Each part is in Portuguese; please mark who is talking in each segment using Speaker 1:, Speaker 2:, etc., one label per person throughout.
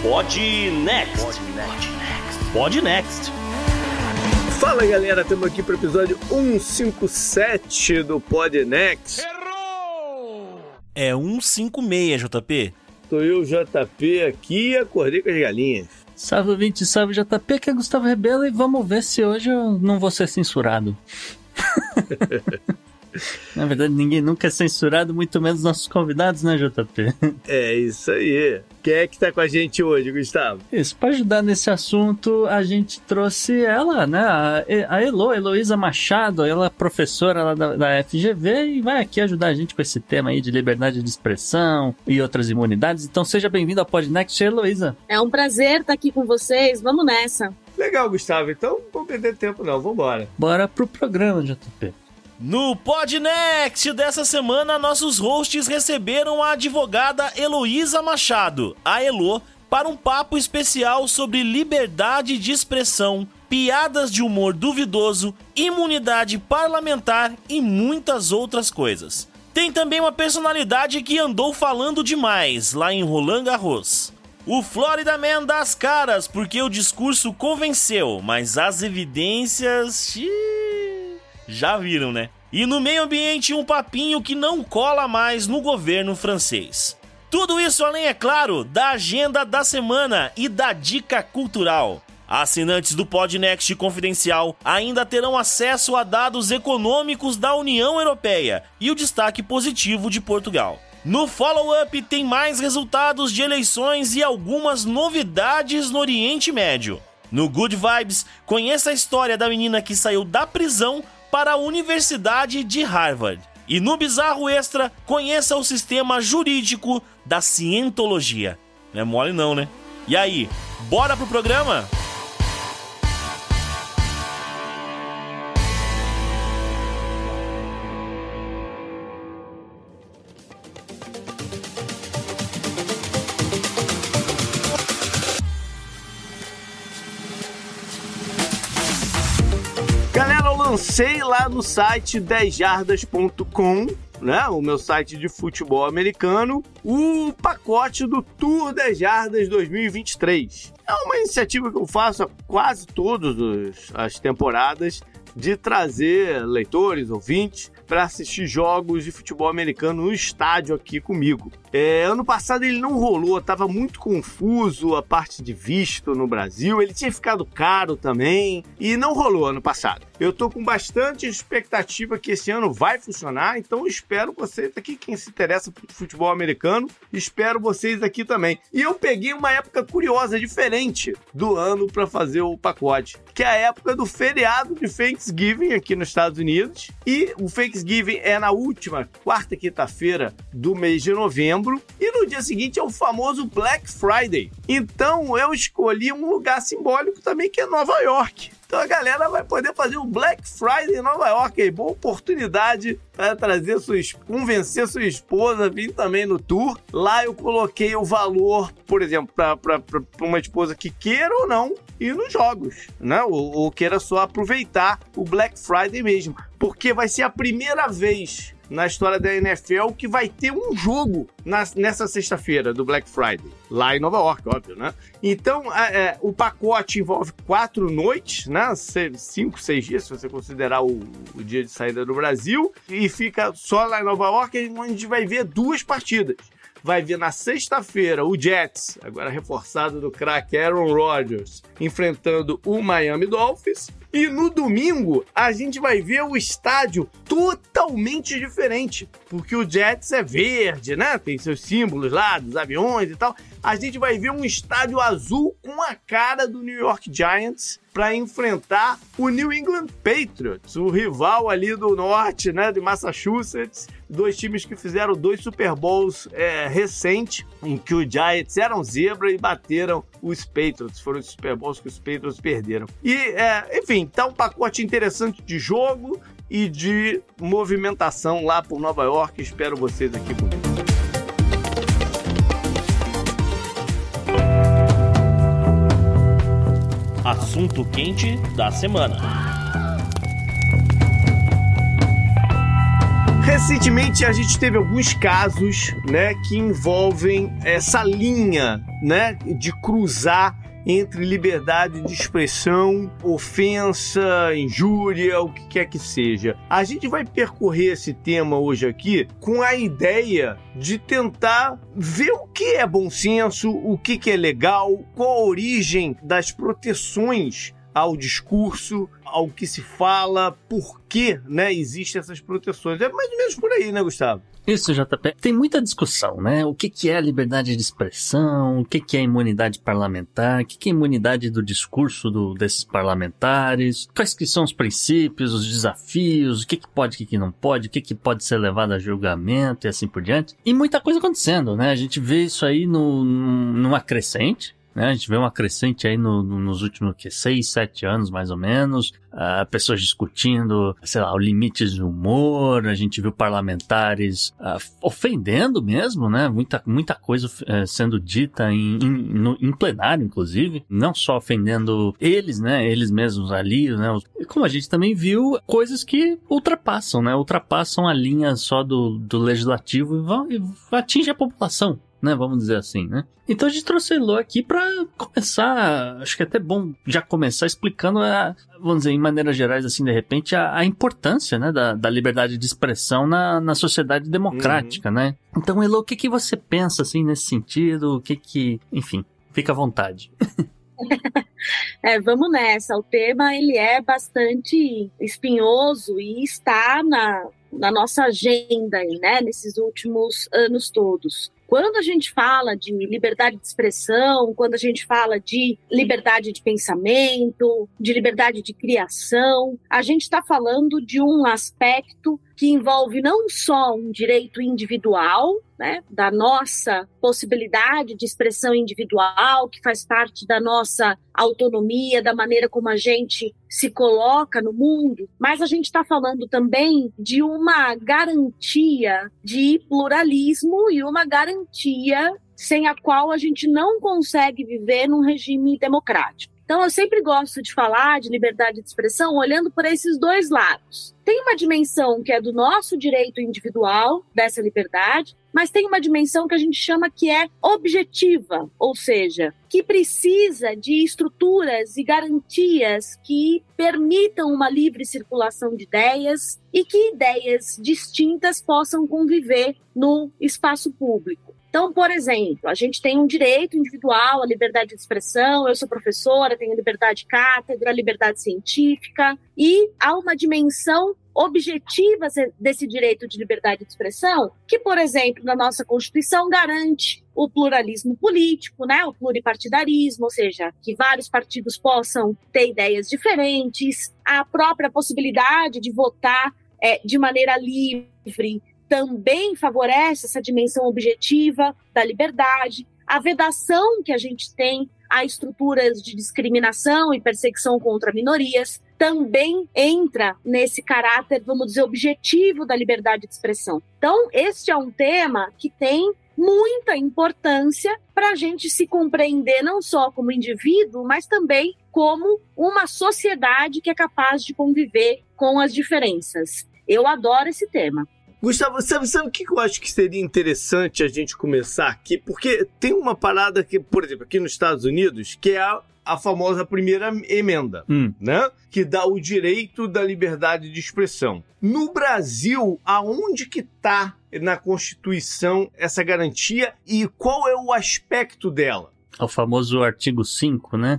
Speaker 1: Pod Next. Pod Next.
Speaker 2: Fala galera, estamos aqui para o episódio 157 do Pod Next.
Speaker 1: Errou! É 156, JP.
Speaker 2: Sou eu, JP, aqui e acordei com as galinhas.
Speaker 3: Salve ouvinte, salve JP, aqui é Gustavo Rebelo e vamos ver se hoje eu não vou ser censurado. Na verdade, ninguém nunca é censurado, muito menos nossos convidados, né, JP?
Speaker 2: É isso aí. Quem é que tá com a gente hoje, Gustavo?
Speaker 3: Isso, para ajudar nesse assunto, a gente trouxe ela, né, a Heloísa Machado, ela é professora lá da FGV e vai aqui ajudar a gente com esse tema aí de liberdade de expressão e outras imunidades. Então seja bem-vinda ao Podnext, Heloísa.
Speaker 4: É um prazer estar aqui com vocês, vamos nessa.
Speaker 2: Legal, Gustavo, então não vamos perder tempo não, vambora.
Speaker 3: Bora pro programa, JP.
Speaker 1: No Podnext dessa semana, nossos hosts receberam a advogada Heloísa Machado, a Elo, para um papo especial sobre liberdade de expressão, piadas de humor duvidoso, imunidade parlamentar e muitas outras coisas. Tem também uma personalidade que andou falando demais lá em Roland Garros. O Florida Man dá as caras porque o discurso convenceu, mas as evidências... já viram, né? E no meio ambiente, um papinho que não cola mais no governo francês. Tudo isso além, é claro, da agenda da semana e da dica cultural. Assinantes do Podnext Confidencial ainda terão acesso a dados econômicos da União Europeia e o destaque positivo de Portugal. No follow-up tem mais resultados de eleições e algumas novidades no Oriente Médio. No Good Vibes, conheça a história da menina que saiu da prisão para a Universidade de Harvard. E no Bizarro Extra, conheça o sistema jurídico da cientologia. Não é mole não, né? E aí, bora pro programa?
Speaker 2: Lancei lá no site 10jardas.com, né, o meu site de futebol americano, o pacote do Tour 10 Jardas 2023. É uma iniciativa que eu faço a quase todas as temporadas de trazer leitores, ouvintes, para assistir jogos de futebol americano no estádio aqui comigo. Ano passado ele não rolou, estava muito confuso a parte de visto no Brasil, ele tinha ficado caro também e não rolou ano passado. Eu tô com bastante expectativa que esse ano vai funcionar, então eu espero vocês aqui, quem se interessa por futebol americano, espero vocês aqui também. E eu peguei uma época curiosa, diferente do ano para fazer o pacote, que é a época do feriado de Thanksgiving aqui nos Estados Unidos, e o Thanksgiving é na última quarta quinta-feira do mês de novembro, e no dia seguinte é o famoso Black Friday. Então eu escolhi um lugar simbólico também, que é Nova York. Então a galera vai poder fazer o Black Friday em Nova York. Aí, boa oportunidade para trazer convencer sua esposa a vir também no tour. Lá eu coloquei o valor, por exemplo, para uma esposa que queira ou não ir nos jogos, né? Ou queira só aproveitar o Black Friday mesmo. Porque vai ser a primeira vez na história da NFL que vai ter um jogo nessa sexta-feira do Black Friday, lá em Nova York, óbvio, né? Então, o pacote envolve 4 noites, né? 5, 6 dias, se você considerar o dia de saída do Brasil, e fica só lá em Nova York, onde a gente vai ver 2 partidas. Vai ver na sexta-feira o Jets, agora reforçado do craque Aaron Rodgers, enfrentando o Miami Dolphins. E no domingo, a gente vai ver o estádio totalmente diferente, porque o Jets é verde, né? Tem seus símbolos lá, dos aviões e tal. A gente vai ver um estádio azul com a cara do New York Giants para enfrentar o New England Patriots, o rival ali do norte, né, de Massachusetts. 2 times que fizeram 2 Super Bowls recentes, em que os Giants eram zebra e bateram os Patriots. Foram os Super Bowls que os Patriots perderam. E, enfim, tá um pacote interessante de jogo e de movimentação lá por Nova York. Espero vocês aqui comigo.
Speaker 1: Assunto quente da semana.
Speaker 2: Recentemente a gente teve alguns casos, né, que envolvem essa linha, né, de cruzar entre liberdade de expressão, ofensa, injúria, o que quer que seja. A gente vai percorrer esse tema hoje aqui com a ideia de tentar ver o que é bom senso, o que é legal, qual a origem das proteções ao discurso, ao que se fala, por que, né, existem essas proteções. É mais ou menos por aí, né, Gustavo?
Speaker 3: Isso, JP. Tem muita discussão, né? O que é a liberdade de expressão, o que é a imunidade parlamentar, o que é a imunidade do discurso desses parlamentares, quais que são os princípios, os desafios, o que pode, o que não pode, o que pode ser levado a julgamento e assim por diante. E muita coisa acontecendo, né? A gente vê isso aí numa crescente. A gente vê uma crescente aí nos últimos 6, 7 anos, mais ou menos, pessoas discutindo, sei lá, os limites do humor, a gente viu parlamentares ofendendo mesmo, né? Muita coisa sendo dita em plenário, inclusive, não só ofendendo eles, né? Eles mesmos ali, né? Como a gente também viu coisas que ultrapassam, né? Ultrapassam a linha só do legislativo e atingem a população, né, vamos dizer assim, né? Então a gente trouxe a Elo aqui para começar, acho que é até bom já começar explicando, vamos dizer, em maneiras gerais, assim, de repente, a importância, né, da liberdade de expressão na sociedade democrática, né? Então, Elo, o que você pensa, assim, nesse sentido? Enfim, fica à vontade.
Speaker 4: Vamos nessa. O tema, ele é bastante espinhoso e está na nossa agenda, né, nesses últimos anos todos. Quando a gente fala de liberdade de expressão, quando a gente fala de liberdade de pensamento, de liberdade de criação, a gente está falando de um aspecto que envolve não só um direito individual, né, da nossa possibilidade de expressão individual, que faz parte da nossa autonomia, da maneira como a gente se coloca no mundo, mas a gente está falando também de uma garantia de pluralismo e uma garantia sem a qual a gente não consegue viver num regime democrático. Então, eu sempre gosto de falar de liberdade de expressão olhando por esses dois lados. Tem uma dimensão que é do nosso direito individual, dessa liberdade, mas tem uma dimensão que a gente chama que é objetiva, ou seja, que precisa de estruturas e garantias que permitam uma livre circulação de ideias e que ideias distintas possam conviver no espaço público. Então, por exemplo, a gente tem um direito individual à liberdade de expressão, eu sou professora, tenho liberdade de cátedra, liberdade científica, e há uma dimensão objetiva desse direito de liberdade de expressão, que, por exemplo, na nossa Constituição garante o pluralismo político, né, o pluripartidarismo, ou seja, que vários partidos possam ter ideias diferentes, a própria possibilidade de votar de maneira livre, também favorece essa dimensão objetiva da liberdade, a vedação que a gente tem a estruturas de discriminação e perseguição contra minorias, também entra nesse caráter, vamos dizer, objetivo da liberdade de expressão. Então, este é um tema que tem muita importância para a gente se compreender não só como indivíduo, mas também como uma sociedade que é capaz de conviver com as diferenças. Eu adoro esse tema.
Speaker 2: Gustavo, sabe o que eu acho que seria interessante a gente começar aqui? Porque tem uma parada que, por exemplo, aqui nos Estados Unidos, que é a famosa primeira emenda, né? Que dá o direito da liberdade de expressão. No Brasil, aonde que está na Constituição essa garantia e qual é o aspecto dela?
Speaker 3: O famoso artigo 5, né?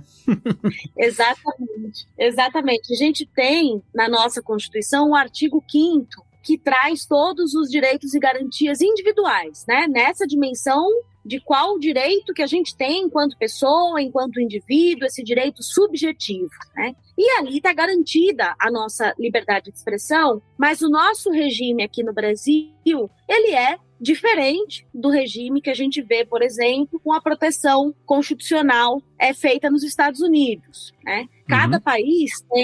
Speaker 4: Exatamente. A gente tem na nossa Constituição o artigo 5º, que traz todos os direitos e garantias individuais, né? Nessa dimensão de qual direito que a gente tem enquanto pessoa, enquanto indivíduo, esse direito subjetivo, né? E ali está garantida a nossa liberdade de expressão, mas o nosso regime aqui no Brasil, ele é diferente do regime que a gente vê, por exemplo, com a proteção constitucional feita nos Estados Unidos, né? Cada país tem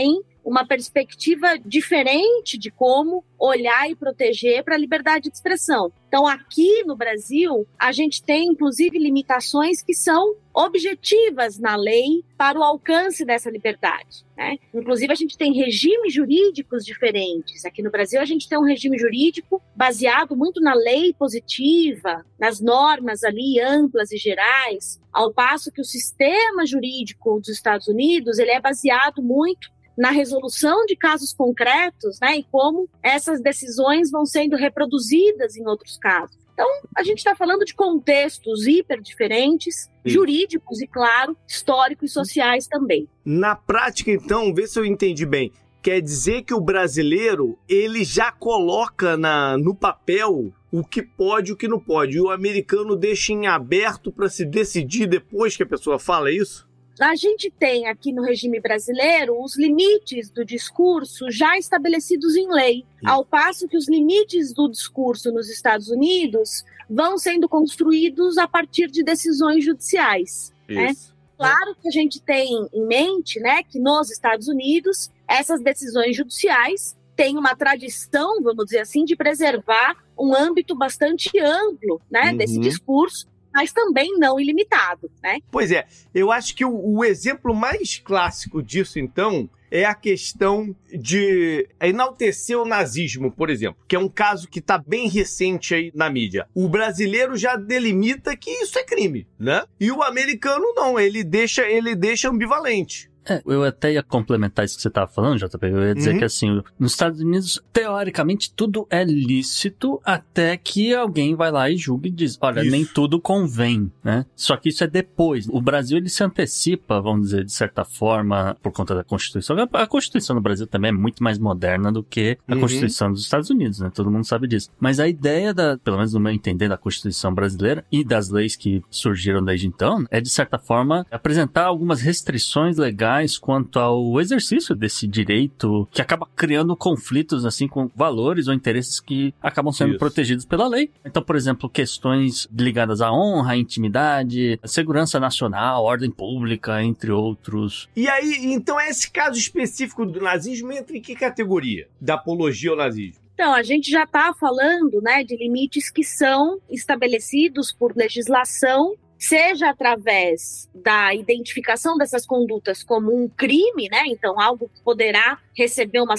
Speaker 4: uma perspectiva diferente de como olhar e proteger para a liberdade de expressão. Então, aqui no Brasil, a gente tem, inclusive, limitações que são objetivas na lei para o alcance dessa liberdade, né? Inclusive, a gente tem regimes jurídicos diferentes. Aqui no Brasil, a gente tem um regime jurídico baseado muito na lei positiva, nas normas ali amplas e gerais, ao passo que o sistema jurídico dos Estados Unidos ele é baseado muito na resolução de casos concretos, né, e como essas decisões vão sendo reproduzidas em outros casos. Então, a gente está falando de contextos hiper diferentes, jurídicos e, claro, históricos e sociais também.
Speaker 2: Na prática, então, vê se eu entendi bem, quer dizer que o brasileiro, ele já coloca no papel o que pode e o que não pode, e o americano deixa em aberto para se decidir depois que a pessoa fala isso?
Speaker 4: A gente tem aqui no regime brasileiro os limites do discurso já estabelecidos em lei, ao passo que os limites do discurso nos Estados Unidos vão sendo construídos a partir de decisões judiciais. Né? Claro que a gente tem em mente, né, que nos Estados Unidos essas decisões judiciais têm uma tradição, vamos dizer assim, de preservar um âmbito bastante amplo, né, desse discurso, mas também não ilimitado, né?
Speaker 2: Pois é, eu acho que o exemplo mais clássico disso, então, é a questão de enaltecer o nazismo, por exemplo, que é um caso que está bem recente aí na mídia. O brasileiro já delimita que isso é crime, né? E o americano não, ele deixa ambivalente.
Speaker 3: Eu até ia complementar isso que você estava falando, JP. Eu ia dizer que, assim, nos Estados Unidos, teoricamente, tudo é lícito até que alguém vai lá e julga e diz, olha, nem tudo convém, né? Só que isso é depois. O Brasil, ele se antecipa, vamos dizer, de certa forma, por conta da Constituição. A Constituição do Brasil também é muito mais moderna do que a Constituição dos Estados Unidos, né? Todo mundo sabe disso. Mas a ideia pelo menos no meu entender, da Constituição brasileira e das leis que surgiram desde então, é, de certa forma, apresentar algumas restrições legais quanto ao exercício desse direito que acaba criando conflitos assim com valores ou interesses que acabam sendo protegidos pela lei. Então, por exemplo, questões ligadas à honra, à intimidade, à segurança nacional, ordem pública, entre outros.
Speaker 2: E aí, então, esse caso específico do nazismo entra em que categoria da apologia ao nazismo?
Speaker 4: Então, a gente já está falando, né, de limites que são estabelecidos por legislação, seja através da identificação dessas condutas como um crime, né? Então, algo que poderá receber uma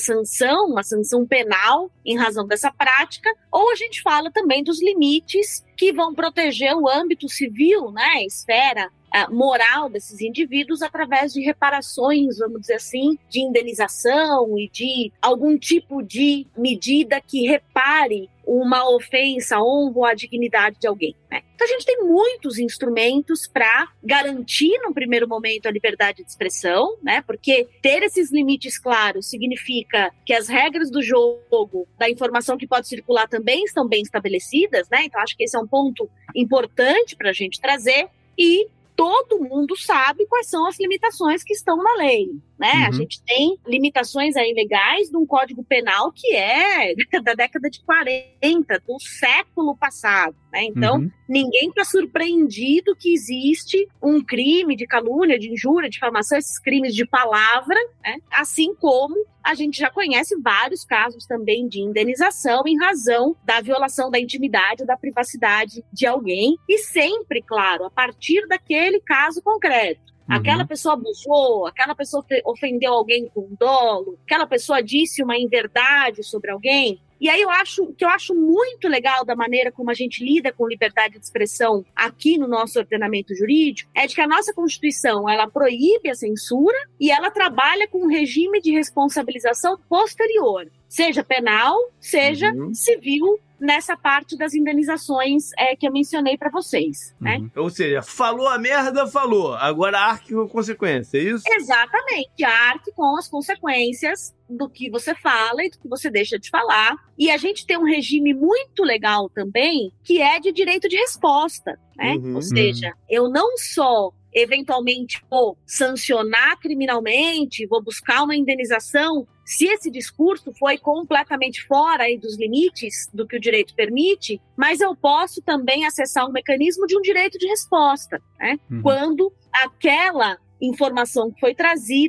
Speaker 4: sanção penal em razão dessa prática, ou a gente fala também dos limites que vão proteger o âmbito civil, né? A esfera moral desses indivíduos através de reparações, vamos dizer assim, de indenização e de algum tipo de medida que repare uma ofensa à honra ou à dignidade de alguém, né? Então a gente tem muitos instrumentos para garantir, num primeiro momento, a liberdade de expressão, né? Porque ter esses limites claros significa que as regras do jogo, da informação que pode circular também estão bem estabelecidas, né? Então acho que esse é um ponto importante para a gente trazer, e todo mundo sabe quais são as limitações que estão na lei, né? A gente tem limitações aí legais de um Código Penal que é da década de 40, do século passado, né? Então, ninguém está surpreendido que existe um crime de calúnia, de injúria, de difamação, esses crimes de palavra, né? Assim como a gente já conhece vários casos também de indenização em razão da violação da intimidade ou da privacidade de alguém, e sempre, claro, a partir daquele caso concreto. Aquela pessoa abusou, aquela pessoa ofendeu alguém com dolo, aquela pessoa disse uma inverdade sobre alguém. E aí o que eu acho muito legal da maneira como a gente lida com liberdade de expressão aqui no nosso ordenamento jurídico é de que a nossa Constituição, ela proíbe a censura e ela trabalha com um regime de responsabilização posterior, seja penal, seja civil, nessa parte das indenizações que eu mencionei para vocês, né?
Speaker 2: Ou seja, falou a merda, falou. Agora arque com consequência, é isso?
Speaker 4: Exatamente, arque com as consequências do que você fala e do que você deixa de falar. E a gente tem um regime muito legal também, que é de direito de resposta, né? Ou seja, eu não só eventualmente vou sancionar criminalmente, vou buscar uma indenização, se esse discurso foi completamente fora aí dos limites do que o direito permite, mas eu posso também acessar um mecanismo de um direito de resposta, né? Quando aquela informação que foi trazida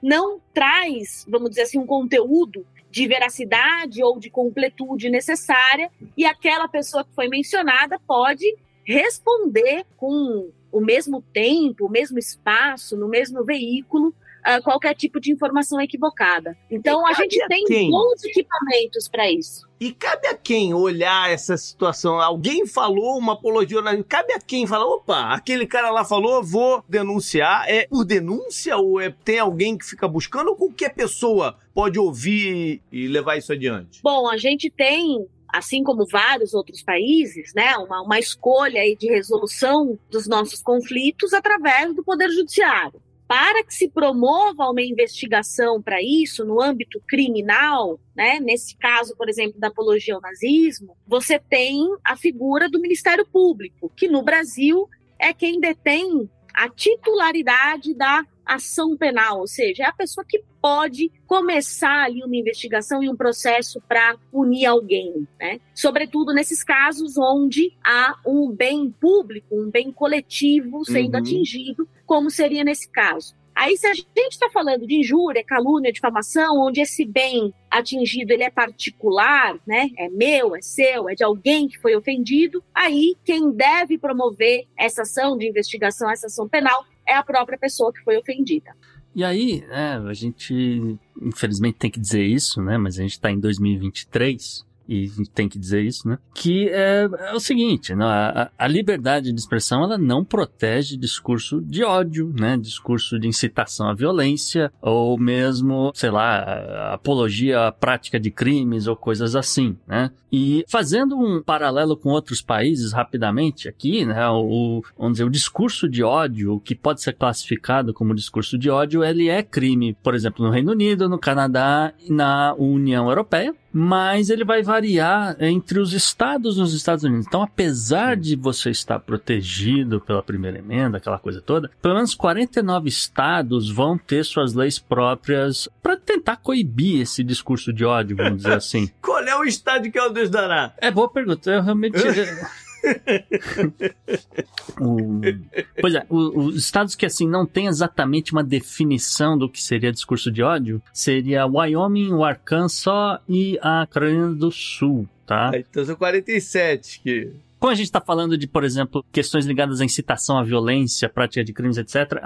Speaker 4: não traz, vamos dizer assim, um conteúdo de veracidade ou de completude necessária, e aquela pessoa que foi mencionada pode responder com o mesmo tempo, o mesmo espaço, no mesmo veículo, qualquer tipo de informação equivocada. Então, a gente tem bons equipamentos para isso.
Speaker 2: E cabe a quem olhar essa situação? Alguém falou uma apologia, cabe a quem falar, opa, aquele cara lá falou, vou denunciar. É por denúncia ou tem alguém que fica buscando, ou qualquer pessoa pode ouvir e levar isso adiante?
Speaker 4: Bom, a gente tem, assim como vários outros países, né, uma escolha aí de resolução dos nossos conflitos através do Poder Judiciário. Para que se promova uma investigação para isso no âmbito criminal, né, nesse caso, por exemplo, da apologia ao nazismo, você tem a figura do Ministério Público, que no Brasil é quem detém a titularidade da ação penal, ou seja, é a pessoa que pode começar ali uma investigação e um processo para punir alguém, né? Sobretudo nesses casos onde há um bem público, um bem coletivo sendo atingido, como seria nesse caso. Aí, se a gente está falando de injúria, calúnia, difamação, onde esse bem atingido ele é particular, né? É meu, é seu, é de alguém que foi ofendido, aí quem deve promover essa ação de investigação, essa ação penal, é a própria pessoa que foi ofendida.
Speaker 3: E aí, a gente, infelizmente, tem que dizer isso, né? Mas a gente está em 2023 e tem que dizer isso, né? Que é o seguinte, né? A liberdade de expressão, ela não protege discurso de ódio, né? Discurso de incitação à violência, ou mesmo, sei lá, apologia à prática de crimes ou coisas assim, né? E fazendo um paralelo com outros países, rapidamente, aqui, né? Vamos dizer, o discurso de ódio, o que pode ser classificado como discurso de ódio, ele é crime, por exemplo, no Reino Unido, no Canadá e na União Europeia, mas ele vai variar entre os estados nos Estados Unidos. Então, apesar de você estar protegido pela primeira emenda, aquela coisa toda, pelo menos 49 estados vão ter suas leis próprias para tentar coibir esse discurso de ódio, vamos dizer assim.
Speaker 2: Qual é o estado que é o Deus dará?
Speaker 3: É boa pergunta, eu realmente... Pois é, os estados que assim não tem exatamente uma definição do que seria discurso de ódio seria Wyoming, o Arkansas e a Carolina do Sul, tá?
Speaker 2: Então são 47 que...
Speaker 3: Como a gente está falando de, por exemplo, questões ligadas à incitação à violência, prática de crimes, etc.,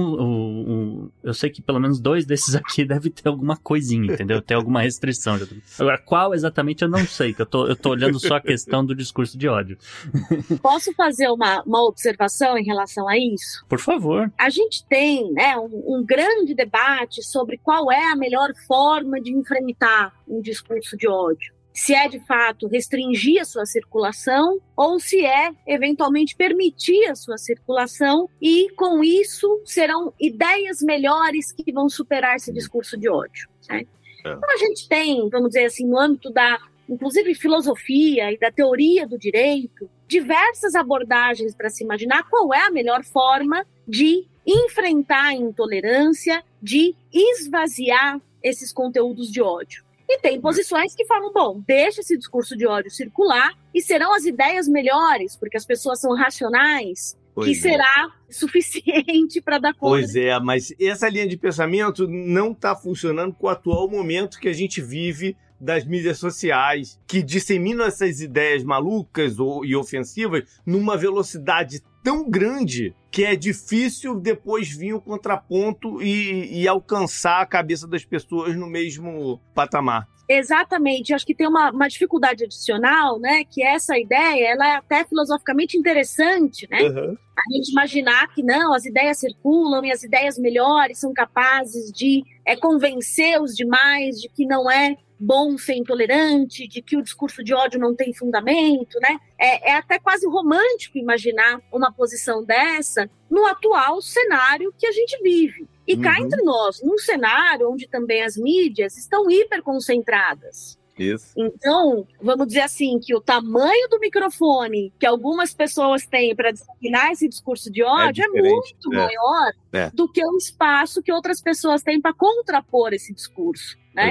Speaker 3: eu sei que pelo menos 2 desses aqui deve ter alguma coisinha, entendeu? Tem alguma restrição. Agora, qual exatamente eu não sei, que eu tô olhando só a questão do discurso de ódio.
Speaker 4: Posso fazer uma observação em relação a isso?
Speaker 3: Por favor.
Speaker 4: A gente tem, né, um grande debate sobre qual é a melhor forma de enfrentar um discurso de ódio. Se é, de fato, restringir a sua circulação ou se é, eventualmente, permitir a sua circulação e, com isso, serão ideias melhores que vão superar esse discurso de ódio. Certo? Então, a gente tem, vamos dizer assim, no âmbito da, inclusive, filosofia e da teoria do direito, diversas abordagens para se imaginar qual é a melhor forma de enfrentar a intolerância, de esvaziar esses conteúdos de ódio. E tem posições que falam, bom, deixa esse discurso de ódio circular e serão as ideias melhores, porque as pessoas são racionais, será suficiente para dar conta.
Speaker 2: Pois é, mas essa linha de pensamento não está funcionando com o atual momento que a gente vive das mídias sociais, que disseminam essas ideias malucas e ofensivas numa velocidade tão grande que é difícil depois vir o contraponto e alcançar a cabeça das pessoas no mesmo patamar.
Speaker 4: Exatamente, acho que tem uma dificuldade adicional, né, que essa ideia, ela é até filosoficamente interessante, né, a gente imaginar que não, as ideias circulam e as ideias melhores são capazes de convencer os demais de que não é bom ser intolerante, de que o discurso de ódio não tem fundamento, né? É até quase romântico imaginar uma posição dessa no atual cenário que a gente vive. E cá entre nós, num cenário onde também as mídias estão hiperconcentradas.
Speaker 2: Isso.
Speaker 4: Então, vamos dizer assim, que o tamanho do microfone que algumas pessoas têm para disseminar esse discurso de ódio é muito maior do que o espaço que outras pessoas têm para contrapor esse discurso, né?
Speaker 2: Exato.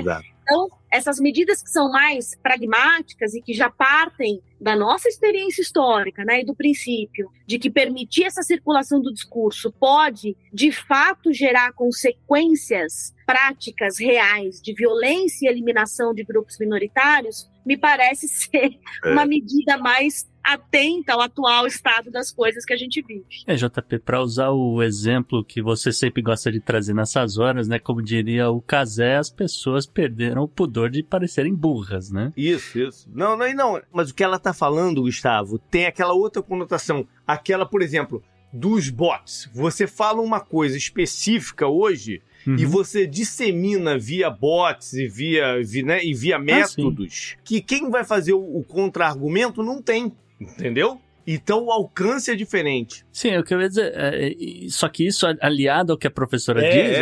Speaker 4: Então, essas medidas que são mais pragmáticas e que já partem da nossa experiência histórica, né, e do princípio de que permitir essa circulação do discurso pode, de fato, gerar consequências práticas reais de violência e eliminação de grupos minoritários, me parece ser uma medida mais atenta ao atual estado das coisas que a gente vive.
Speaker 3: JP, para usar o exemplo que você sempre gosta de trazer nessas horas, né, como diria o Cazé, as pessoas perderam o pudor de parecerem burras, né?
Speaker 2: Isso. Não, mas o que ela tá falando, Gustavo, tem aquela outra conotação, aquela, por exemplo, dos bots. Você fala uma coisa específica hoje e você dissemina via bots e via métodos que quem vai fazer o contra-argumento não tem. Entendeu? Então o alcance é diferente.
Speaker 3: Sim, o que eu ia dizer, só que isso aliado ao que a professora diz,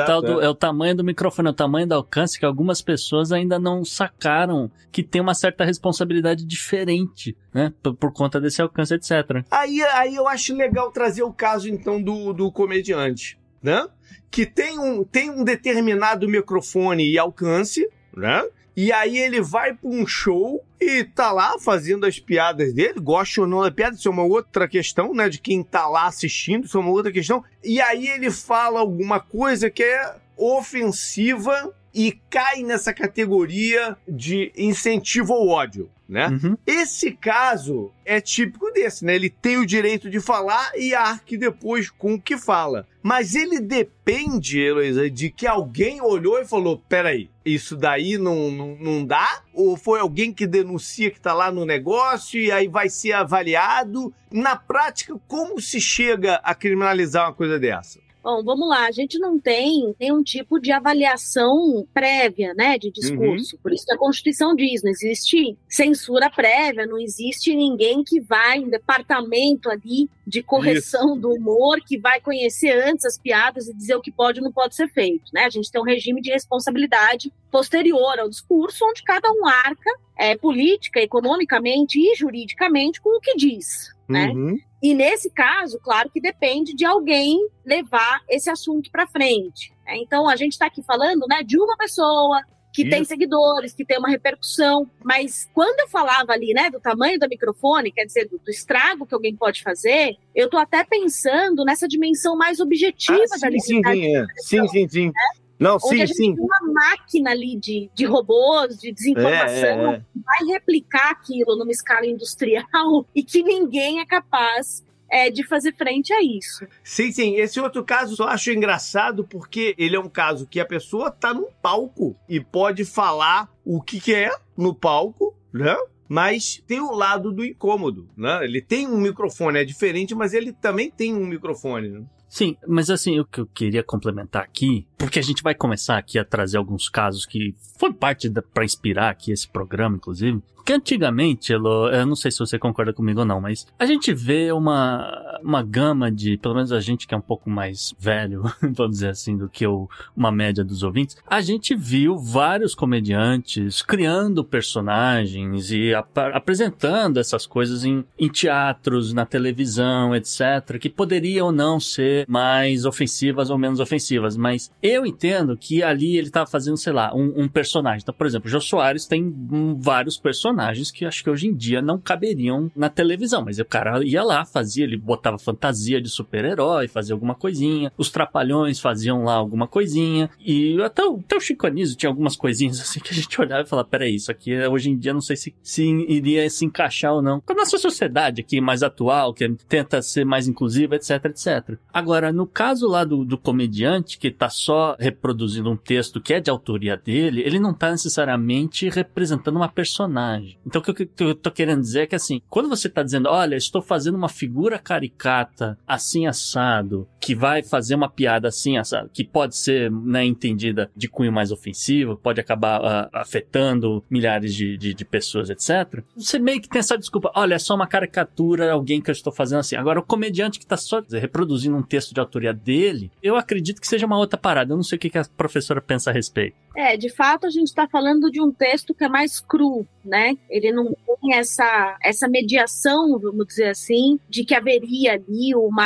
Speaker 3: é o tamanho do microfone, é o tamanho do alcance que algumas pessoas ainda não sacaram que tem uma certa responsabilidade diferente, né, por conta desse alcance, etc.
Speaker 2: Aí eu acho legal trazer o caso, então, do comediante, né, que tem um determinado microfone e alcance, né, e aí ele vai para um show e tá lá fazendo as piadas dele, gosta ou não da piada, isso é uma outra questão, né, de quem tá lá assistindo, isso é uma outra questão. E aí ele fala alguma coisa que é ofensiva e cai nessa categoria de incentivo ao ódio, né? Esse caso é típico desse, né? Ele tem o direito de falar e arque depois com o que fala. Mas ele depende, Heloísa, de que alguém olhou e falou, peraí, isso daí não dá? Ou foi alguém que denuncia que tá lá no negócio e aí vai ser avaliado? Na prática, como se chega a criminalizar uma coisa dessa?
Speaker 4: Bom, vamos lá, a gente não tem nenhum tipo de avaliação prévia, né, de discurso. Por isso que a Constituição diz, não existe censura prévia, não existe ninguém que vai, um departamento ali de correção do humor, que vai conhecer antes as piadas e dizer o que pode ou não pode ser feito, né? A gente tem um regime de responsabilidade posterior ao discurso, onde cada um arca política, economicamente e juridicamente com o que diz, né? E nesse caso, claro que depende de alguém levar esse assunto para frente. Então, a gente está aqui falando, né, de uma pessoa que tem seguidores, que tem uma repercussão. Mas quando eu falava ali, né, do tamanho do microfone, quer dizer, do estrago que alguém pode fazer, eu estou até pensando nessa dimensão mais objetiva da liberdade.
Speaker 2: Sim. Não,
Speaker 4: onde a gente tem uma máquina ali de robôs, de desinformação, que vai replicar aquilo numa escala industrial e que ninguém é capaz de fazer frente a isso.
Speaker 2: Sim. Esse outro caso eu acho engraçado porque ele é um caso que a pessoa tá num palco e pode falar o que quer no palco, né? Mas tem o lado do incômodo, né? Ele tem um microfone, é diferente, mas ele também tem um microfone, né?
Speaker 3: Sim, mas assim, o que eu queria complementar aqui, porque a gente vai começar aqui a trazer alguns casos que foram parte para inspirar aqui esse programa, inclusive, porque antigamente, Elo, eu não sei se você concorda comigo ou não, mas a gente vê uma gama de, pelo menos a gente que é um pouco mais velho, vamos dizer assim, do que uma média dos ouvintes, a gente viu vários comediantes criando personagens e apresentando essas coisas em teatros, na televisão, etc., que poderiam ou não ser mais ofensivas ou menos ofensivas, mas eu entendo que ali ele estava fazendo, sei lá, um personagem. Então, por exemplo, o Jô Soares tem vários personagens que acho que hoje em dia não caberiam na televisão, mas o cara ia lá, fazia, ele botava fantasia de super-herói, fazia alguma coisinha, os Trapalhões faziam lá alguma coisinha, e até o Chico Anísio tinha algumas coisinhas assim que a gente olhava e falava, peraí, isso aqui hoje em dia não sei se iria se encaixar ou não. Com a nossa sociedade aqui mais atual, que tenta ser mais inclusiva, etc, etc. Agora, no caso lá do comediante, que tá só reproduzindo um texto que é de autoria dele, ele não tá necessariamente representando uma personagem. Então, o que eu tô querendo dizer é que, assim, quando você tá dizendo, olha, estou fazendo uma figura caricata, assim, assado, que vai fazer uma piada assim, assado, que pode ser, né, entendida de cunho mais ofensivo, pode acabar afetando milhares de pessoas, etc. Você meio que tem essa desculpa, olha, é só uma caricatura, alguém que eu estou fazendo assim. Agora, o comediante que tá só reproduzindo um texto de autoria dele, eu acredito que seja uma outra parada. Eu não sei o que a professora pensa a respeito.
Speaker 4: De fato, a gente está falando de um texto que é mais cru, né? Ele não tem essa mediação, vamos dizer assim, de que haveria ali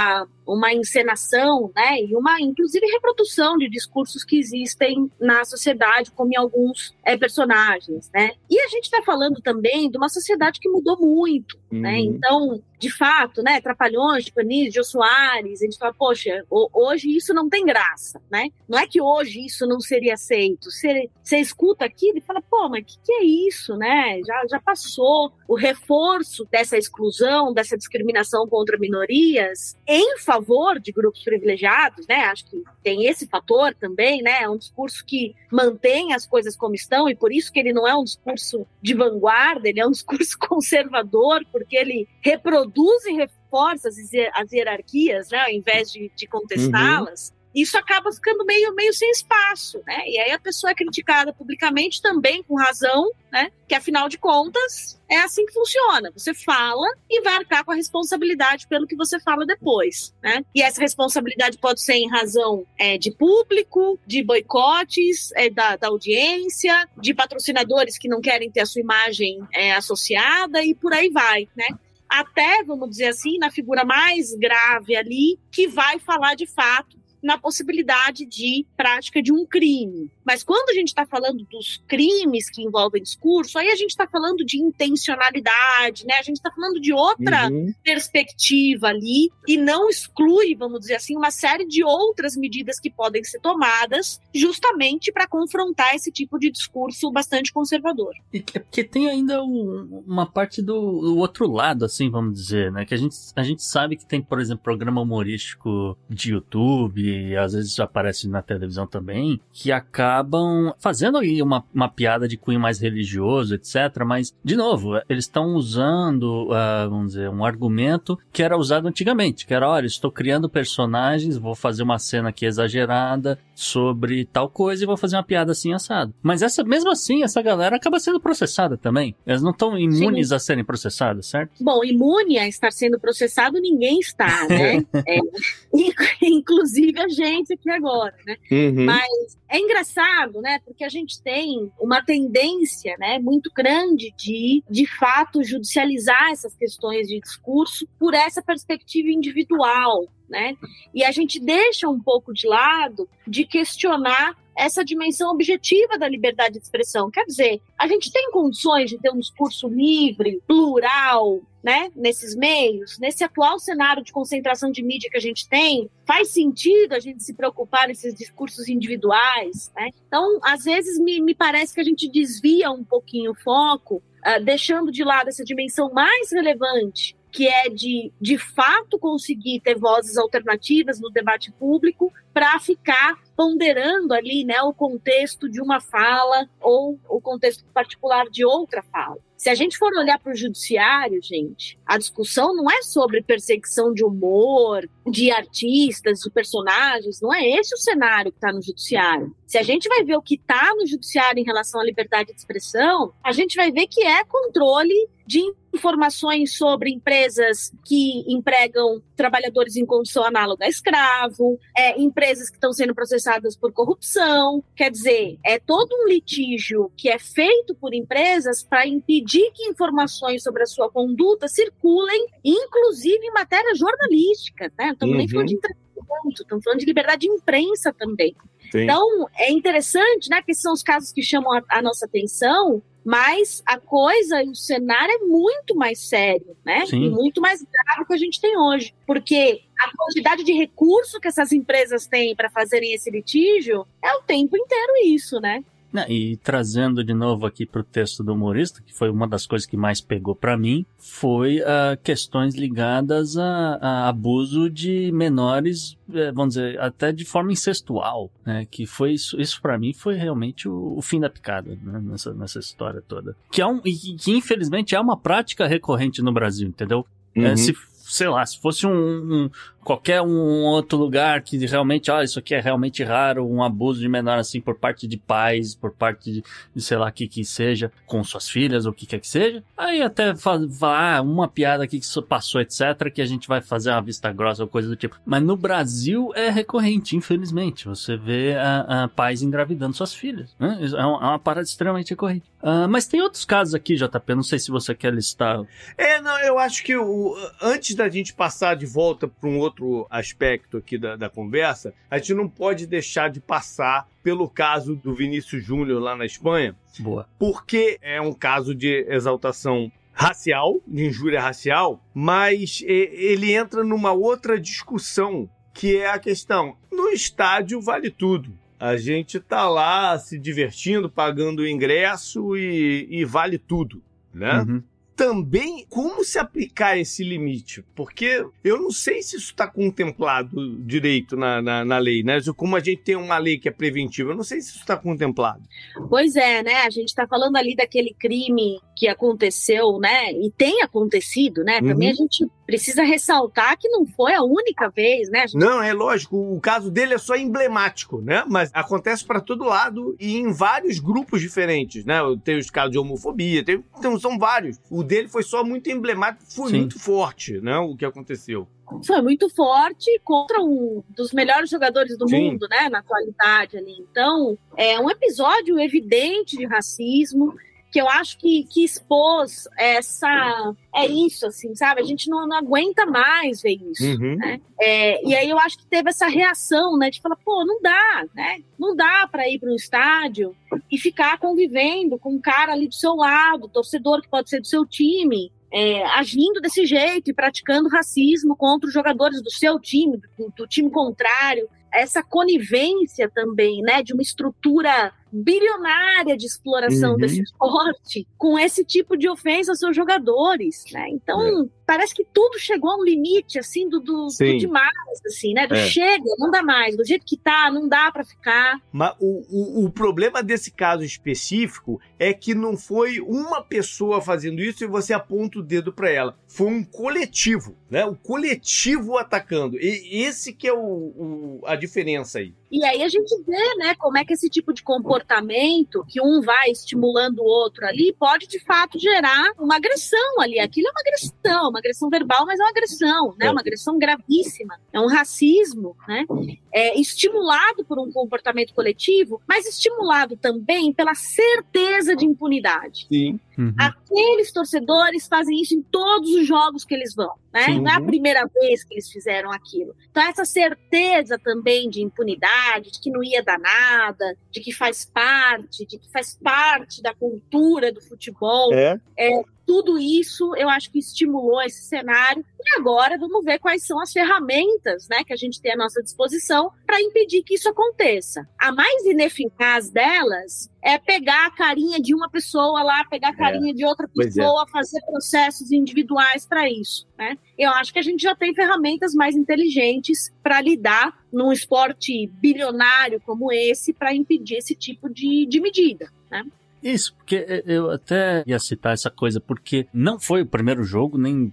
Speaker 4: uma encenação, né, e uma, inclusive, reprodução de discursos que existem na sociedade, como em alguns personagens, né? E a gente está falando também de uma sociedade que mudou muito, né? Então, de fato, né, Trapalhões, de Panis, Jô Soares, a gente fala, poxa, hoje isso não tem graça, né? Não é que hoje isso não seria aceito. Você escuta aquilo e fala, pô, mas que é isso, né? Já passou o reforço dessa exclusão, dessa discriminação contra minorias em favor de grupos privilegiados, né? Acho que tem esse fator também, né? É um discurso que mantém as coisas como estão e por isso que ele não é um discurso de vanguarda, ele é um discurso conservador, porque ele reproduz e reforça as hierarquias, né? Ao invés de contestá-las. Isso acaba ficando meio sem espaço, né? E aí a pessoa é criticada publicamente também, com razão, né? Que afinal de contas é assim que funciona. Você fala e vai arcar com a responsabilidade pelo que você fala depois, né? E essa responsabilidade pode ser em razão de público, de boicotes da audiência, de patrocinadores que não querem ter a sua imagem associada e por aí vai, né? Até, vamos dizer assim, na figura mais grave ali, que vai falar de fato na possibilidade de prática de um crime. Mas quando a gente está falando dos crimes que envolvem discurso, aí a gente está falando de intencionalidade, né? A gente está falando de outra perspectiva ali e não exclui, vamos dizer assim, uma série de outras medidas que podem ser tomadas justamente para confrontar esse tipo de discurso bastante conservador.
Speaker 3: E porque tem ainda uma parte do outro lado, assim, vamos dizer, né? Que a gente sabe que tem, por exemplo, programa humorístico de YouTube, e às vezes aparece na televisão também, que acabam fazendo aí uma piada de cunho mais religioso, etc. Mas, de novo, eles estão usando, vamos dizer, um argumento que era usado antigamente, que era, olha, estou criando personagens, vou fazer uma cena aqui exagerada sobre tal coisa e vou fazer uma piada assim assado. Mas mesmo assim, essa galera acaba sendo processada também. Elas não estão imunes a serem processadas, certo?
Speaker 4: Bom, imune a estar sendo processado ninguém está, né? Inclusive a gente aqui agora, né? Mas é engraçado, né? Porque a gente tem uma tendência, né, muito grande de fato, judicializar essas questões de discurso por essa perspectiva individual, né? E a gente deixa um pouco de lado de questionar essa dimensão objetiva da liberdade de expressão. Quer dizer, a gente tem condições de ter um discurso livre, plural, né, nesses meios, nesse atual cenário de concentração de mídia que a gente tem, faz sentido a gente se preocupar nesses discursos individuais, né? Então, às vezes, me parece que a gente desvia um pouquinho o foco, deixando de lado essa dimensão mais relevante, que é de fato conseguir ter vozes alternativas no debate público para ficar ponderando ali, né, o contexto de uma fala ou o contexto particular de outra fala. Se a gente for olhar para o judiciário, gente, a discussão não é sobre perseguição de humor, de artistas, de personagens, não é esse o cenário que está no judiciário. Se a gente vai ver o que está no judiciário em relação à liberdade de expressão, a gente vai ver que é controle de informações sobre empresas que empregam trabalhadores em condição análoga a escravo, empresas que estão sendo processadas por corrupção. Quer dizer, é todo um litígio que é feito por empresas para impedir que informações sobre a sua conduta circulem, inclusive em matéria jornalística, né? Não estamos nem falando de entretenimento, estamos falando de liberdade de imprensa também. Sim. Então, é interessante, né, que esses são os casos que chamam a nossa atenção, mas a coisa e o cenário é muito mais sério, né? Sim. E muito mais grave que a gente tem hoje. Porque a quantidade de recurso que essas empresas têm para fazerem esse litígio é o tempo inteiro isso, né?
Speaker 3: E trazendo de novo aqui para o texto do humorista, que foi uma das coisas que mais pegou para mim, foi questões ligadas a abuso de menores, vamos dizer, até de forma incestual, né? Que foi isso para mim foi realmente o fim da picada, né? nessa história toda. Que infelizmente é uma prática recorrente no Brasil, entendeu? Sei lá, se fosse qualquer outro lugar que realmente, isso aqui é realmente raro, um abuso de menor assim por parte de pais, por parte de sei lá, que seja, com suas filhas ou o que quer que seja, aí até falar uma piada aqui que passou, etc, que a gente vai fazer uma vista grossa ou coisa do tipo. Mas no Brasil é recorrente, infelizmente. Você vê pais engravidando suas filhas, né? É uma parada extremamente recorrente. Mas tem outros casos aqui, JP, não sei se você quer listar.
Speaker 2: Não, eu acho que antes da gente passar de volta para um outro aspecto aqui da conversa, a gente não pode deixar de passar pelo caso do Vinícius Júnior lá na Espanha.
Speaker 3: Boa.
Speaker 2: Porque é um caso de exaltação racial, de injúria racial, mas ele entra numa outra discussão, que é a questão, no estádio vale tudo. A gente tá lá se divertindo, pagando o ingresso e vale tudo, né?
Speaker 3: Uhum.
Speaker 2: Também, como se aplicar esse limite? Porque eu não sei se isso está contemplado direito na lei, né? Como a gente tem uma lei que é preventiva, eu não sei se isso está contemplado.
Speaker 4: Pois é, né? A gente está falando ali daquele crime que aconteceu, né? E tem acontecido, né? Também a gente precisa ressaltar que não foi a única vez, né?
Speaker 2: Não, é lógico, o caso dele é só emblemático, né? Mas acontece para todo lado e em vários grupos diferentes, né? Tem os casos de homofobia, então são vários. O dele foi só muito emblemático, foi muito forte, né? O que aconteceu.
Speaker 4: Foi muito forte contra um dos melhores jogadores do mundo, né? Na atualidade ali. Então, é um episódio evidente de racismo, que eu acho que expôs isso, assim, sabe? A gente não aguenta mais ver isso, né? E aí eu acho que teve essa reação, né? De falar, pô, não dá, né? Não dá para ir para um estádio e ficar convivendo com um cara ali do seu lado, torcedor que pode ser do seu time, agindo desse jeito e praticando racismo contra os jogadores do seu time, do time contrário. Essa conivência também, né, de uma estrutura bilionária de exploração desse esporte com esse tipo de ofensa aos seus jogadores, né? Então, parece que tudo chegou a um limite, assim, do demais, assim, né? Chega, não dá mais. Do jeito que tá, não dá pra ficar.
Speaker 2: Mas o problema desse caso específico é que não foi uma pessoa fazendo isso e você aponta o dedo pra ela. Foi um coletivo, né? O coletivo atacando. E esse que é a diferença aí.
Speaker 4: E aí a gente vê, né, como é que esse tipo de comportamento, que um vai estimulando o outro ali, pode de fato gerar uma agressão ali. Aquilo é uma agressão verbal, mas é uma agressão, né? Uma agressão gravíssima. É um racismo, né? Estimulado por um comportamento coletivo, mas estimulado também pela certeza de impunidade.
Speaker 2: Sim.
Speaker 4: Aqueles torcedores fazem isso em todos os jogos que eles vão, né? Não é a primeira vez que eles fizeram aquilo. Então essa certeza também de impunidade, de que não ia dar nada, de que faz parte da cultura do futebol. Tudo isso eu acho que estimulou esse cenário. E agora vamos ver quais são as ferramentas, né, que a gente tem à nossa disposição para impedir que isso aconteça. A mais ineficaz delas é pegar a carinha de uma pessoa lá, pegar a carinha de outra pessoa, fazer processos individuais para isso, né? Eu acho que a gente já tem ferramentas mais inteligentes para lidar num esporte bilionário como esse, para impedir esse tipo de medida, né?
Speaker 3: Isso, porque eu até ia citar essa coisa, porque não foi o primeiro jogo, nem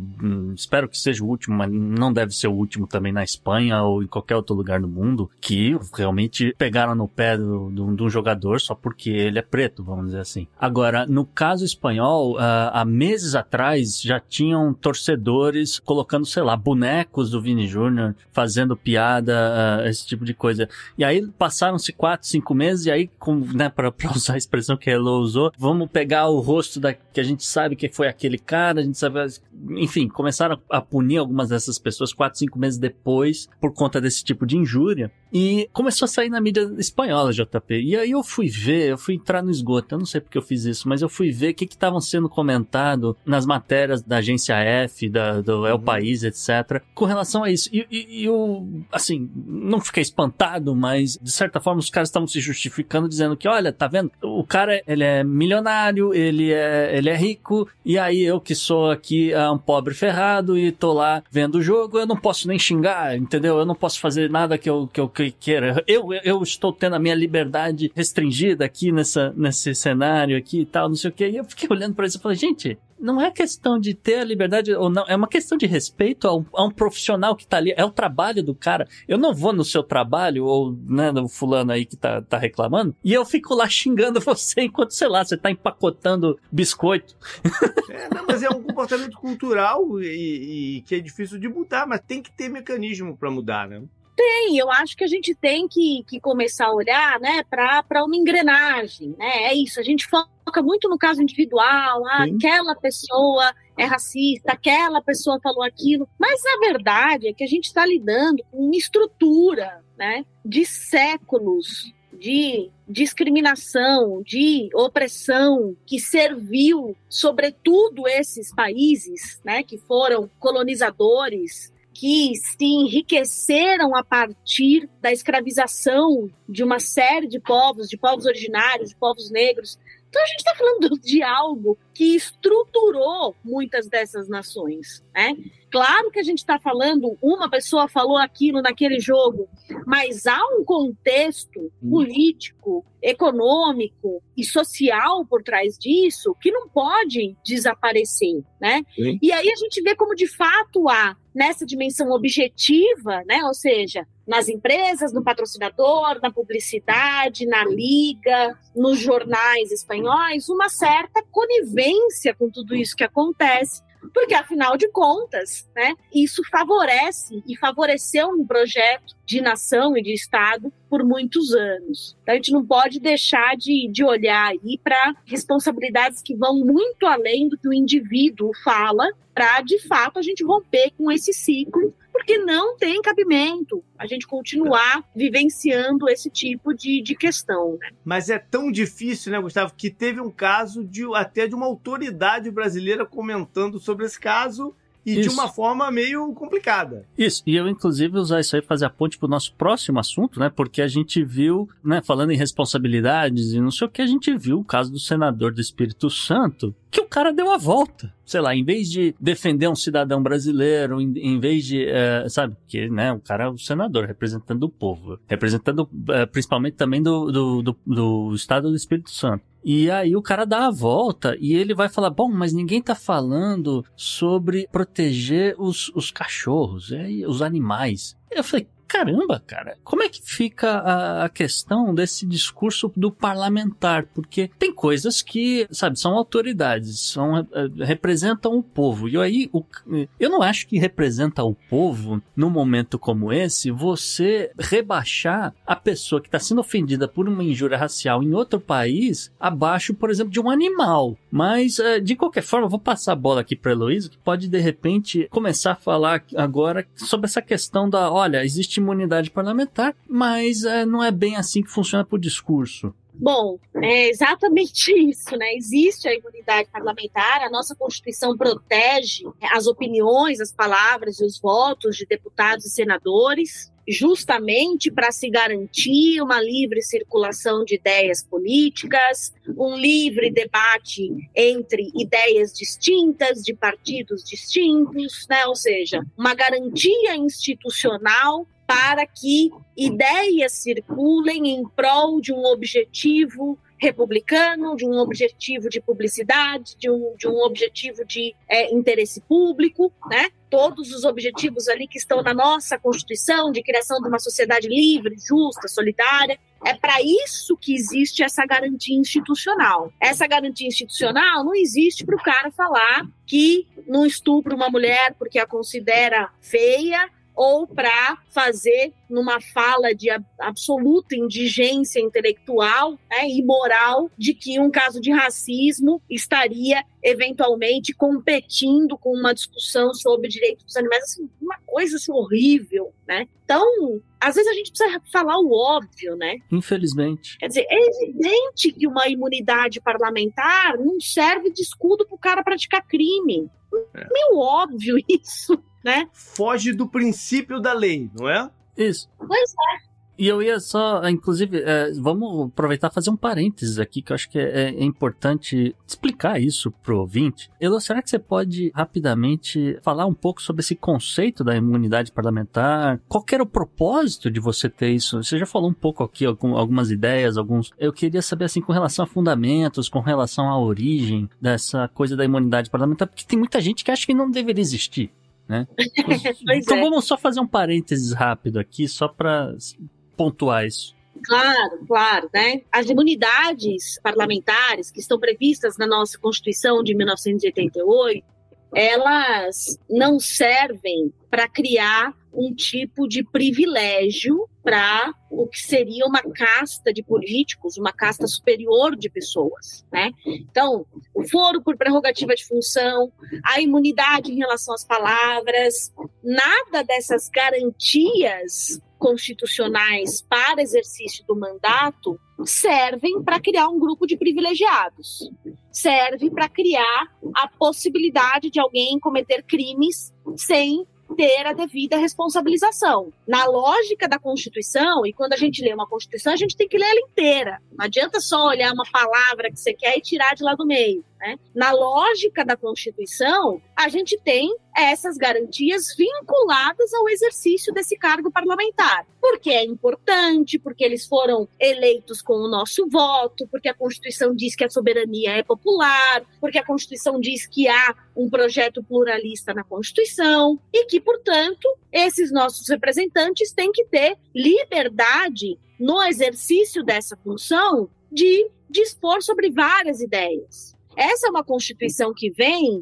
Speaker 3: espero que seja o último, mas não deve ser o último também na Espanha ou em qualquer outro lugar do mundo, que realmente pegaram no pé de um jogador só porque ele é preto, vamos dizer assim. Agora, no caso espanhol, há meses atrás já tinham torcedores colocando, sei lá, bonecos do Vini Júnior, fazendo piada, esse tipo de coisa. E aí passaram-se 4, 5 meses, e aí, né, pra usar a expressão que a Elo usou, vamos pegar o rosto que a gente sabe que foi aquele cara, a gente sabe, enfim, começaram a punir algumas dessas pessoas 4, 5 meses depois, por conta desse tipo de injúria, e começou a sair na mídia espanhola, JP, e aí eu fui entrar no esgoto, eu não sei porque eu fiz isso, mas eu fui ver o que estavam sendo comentado nas matérias da agência F, do El País, etc., com relação a isso, e eu, assim, não fiquei espantado, mas, de certa forma, os caras estavam se justificando, dizendo que, olha, tá vendo, o cara, ele é milionário, ele é rico, e aí eu que sou aqui um pobre ferrado e tô lá vendo o jogo, eu não posso nem xingar, entendeu? Eu não posso fazer nada que eu queira. Eu estou tendo a minha liberdade restringida aqui nesse cenário aqui e tal, não sei o que. E eu fiquei olhando pra isso e falei, gente, não é questão de ter a liberdade ou não, é uma questão de respeito a um profissional que tá ali, é o trabalho do cara. Eu não vou no seu trabalho, ou, né, do fulano aí que tá reclamando, e eu fico lá xingando você enquanto, sei lá, você tá empacotando biscoito.
Speaker 2: Não, mas é um comportamento cultural e que é difícil de mudar, mas tem que ter mecanismo pra mudar, né?
Speaker 4: Tem, eu acho que a gente tem que começar a olhar, né, para uma engrenagem, né? É isso, a gente foca muito no caso individual, aquela pessoa é racista, aquela pessoa falou aquilo, mas a verdade é que a gente está lidando com uma estrutura, né, de séculos de discriminação, de opressão, que serviu, sobretudo, esses países, né, que foram colonizadores, que se enriqueceram a partir da escravização de uma série de povos originários, de povos negros. Então a gente está falando de algo que estruturou muitas dessas nações, né? Claro que a gente está falando, uma pessoa falou aquilo naquele jogo, mas há um contexto político, econômico e social por trás disso que não pode desaparecer, né? Sim. E aí a gente vê como de fato há, nessa dimensão objetiva, né? Ou seja, nas empresas, no patrocinador, na publicidade, na liga, nos jornais espanhóis, uma certa conivência com tudo isso que acontece, porque, afinal de contas, né, isso favorece e favoreceu um projeto de nação e de Estado por muitos anos. Então, a gente não pode deixar de olhar aí para responsabilidades que vão muito além do que o indivíduo fala, para, de fato, a gente romper com esse ciclo, porque não tem cabimento a gente continuar vivenciando esse tipo de questão, né?
Speaker 2: Mas é tão difícil, né, Gustavo, que teve um caso até de uma autoridade brasileira comentando sobre esse caso e de uma forma meio complicada.
Speaker 3: Isso, e eu inclusive usar isso aí para fazer a ponte pro nosso próximo assunto, né, porque a gente viu, né, falando em responsabilidades e não sei o que, a gente viu o caso do senador do Espírito Santo, que o cara deu a volta. Sei lá, em vez de defender um cidadão brasileiro, em vez de, sabe, porque, né, o cara é o senador, representando o povo, representando principalmente também do estado do Espírito Santo. E aí o cara dá a volta e ele vai falar, bom, mas ninguém tá falando sobre proteger os cachorros, os animais. Eu falei, caramba, cara, como é que fica a questão desse discurso do parlamentar? Porque tem coisas que, sabe, são autoridades, representam o povo. E aí, eu não acho que representa o povo, num momento como esse, você rebaixar a pessoa que está sendo ofendida por uma injúria racial em outro país, abaixo, por exemplo, de um animal. Mas, de qualquer forma, eu vou passar a bola aqui para a Heloísa, que pode, de repente, começar a falar agora sobre essa questão da, olha, existe imunidade parlamentar, mas não é bem assim que funciona por discurso.
Speaker 4: Bom, é exatamente isso, né? Existe a imunidade parlamentar, a nossa Constituição protege as opiniões, as palavras e os votos de deputados e senadores, justamente para se garantir uma livre circulação de ideias políticas, um livre debate entre ideias distintas, de partidos distintos, né? Ou seja, uma garantia institucional para que ideias circulem em prol de um objetivo republicano, de um objetivo de publicidade, de um objetivo de interesse público, né? Todos os objetivos ali que estão na nossa Constituição, de criação de uma sociedade livre, justa, solidária. É para isso que existe essa garantia institucional. Essa garantia institucional não existe para o cara falar que não estupra uma mulher porque a considera feia, ou para fazer numa fala de absoluta indigência intelectual, né, e moral, de que um caso de racismo estaria eventualmente competindo com uma discussão sobre direitos dos animais, assim, uma coisa assim, horrível, né? Então, às vezes a gente precisa falar o óbvio, né?
Speaker 3: Infelizmente.
Speaker 4: Quer dizer, é evidente que uma imunidade parlamentar não serve de escudo para o cara praticar crime. É meio óbvio isso, né?
Speaker 2: Foge do princípio da lei, não é?
Speaker 3: Isso.
Speaker 4: Pois é.
Speaker 3: E eu ia só, inclusive, vamos aproveitar e fazer um parênteses aqui, que eu acho que é importante explicar isso pro ouvinte. Elo, será que você pode rapidamente falar um pouco sobre esse conceito da imunidade parlamentar? Qual que era o propósito de você ter isso? Você já falou um pouco aqui, algumas ideias, Eu queria saber, assim, com relação a fundamentos, com relação à origem dessa coisa da imunidade parlamentar, porque tem muita gente que acha que não deveria existir, né? Então vamos só fazer um parênteses rápido aqui, só para pontuar isso.
Speaker 4: Claro, né? As imunidades parlamentares que estão previstas na nossa Constituição de 1988, elas não servem para criar um tipo de privilégio para o que seria uma casta de políticos, uma casta superior de pessoas, né? Então, o foro por prerrogativa de função, a imunidade em relação às palavras, nada dessas garantias constitucionais para exercício do mandato servem para criar um grupo de privilegiados. Serve para criar a possibilidade de alguém cometer crimes sem ter a devida responsabilização. Na lógica da Constituição, e quando a gente lê uma Constituição, a gente tem que ler ela inteira. Não adianta só olhar uma palavra que você quer e tirar de lá do meio, né? Na lógica da Constituição, a gente tem essas garantias vinculadas ao exercício desse cargo parlamentar. Porque é importante, porque eles foram eleitos com o nosso voto, porque a Constituição diz que a soberania é popular, porque a Constituição diz que há um projeto pluralista na Constituição e que, portanto, esses nossos representantes têm que ter liberdade no exercício dessa função de dispor sobre várias ideias. Essa é uma Constituição que vem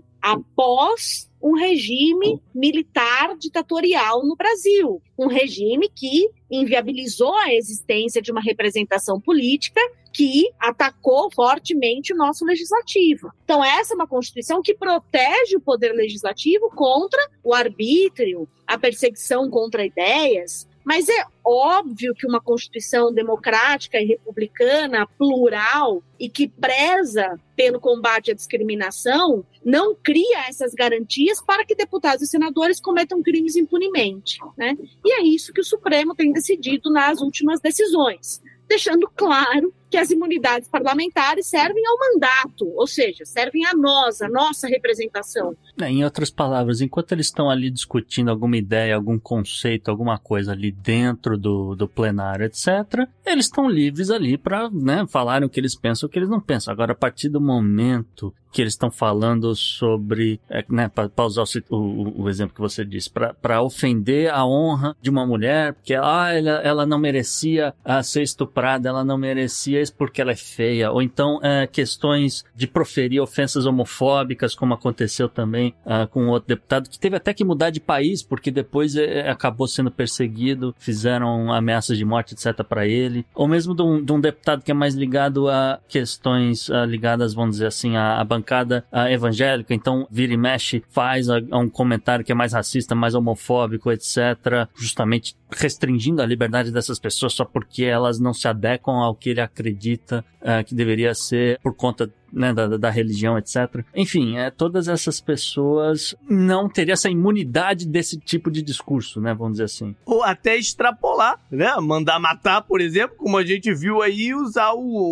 Speaker 4: após um regime militar ditatorial no Brasil, um regime que inviabilizou a existência de uma representação política que atacou fortemente o nosso legislativo. Então, essa é uma Constituição que protege o poder legislativo contra o arbítrio, a perseguição contra ideias. Mas é óbvio que uma Constituição democrática e republicana, plural, e que preza pelo combate à discriminação, não cria essas garantias para que deputados e senadores cometam crimes impunemente, né? E é isso que o Supremo tem decidido nas últimas decisões, deixando claro que as imunidades parlamentares servem ao mandato, ou seja, servem a nós, a nossa representação.
Speaker 3: Em outras palavras, enquanto eles estão ali discutindo alguma ideia, algum conceito, alguma coisa ali dentro do plenário, etc., eles estão livres ali para, né, falarem o que eles pensam, o que eles não pensam. Agora, a partir do momento que eles estão falando sobre, né, para usar o exemplo que você disse, para ofender a honra de uma mulher, porque ela não merecia ser estuprada, ela não merecia isso porque ela é feia, ou então questões de proferir ofensas homofóbicas, como aconteceu também com outro deputado, que teve até que mudar de país, porque depois acabou sendo perseguido, fizeram ameaças de morte, etc. para ele, ou mesmo de um deputado que é mais ligado a questões ligadas, vamos dizer assim, à bancada evangélica, então vira e mexe, faz um comentário que é mais racista, mais homofóbico, etc., justamente restringindo a liberdade dessas pessoas só porque elas não se adequam ao que ele acredita que deveria ser por conta, né, da religião, etc. Enfim, todas essas pessoas não teriam essa imunidade desse tipo de discurso, né, vamos dizer assim.
Speaker 2: Ou até extrapolar, né, mandar matar, por exemplo, como a gente viu aí, usar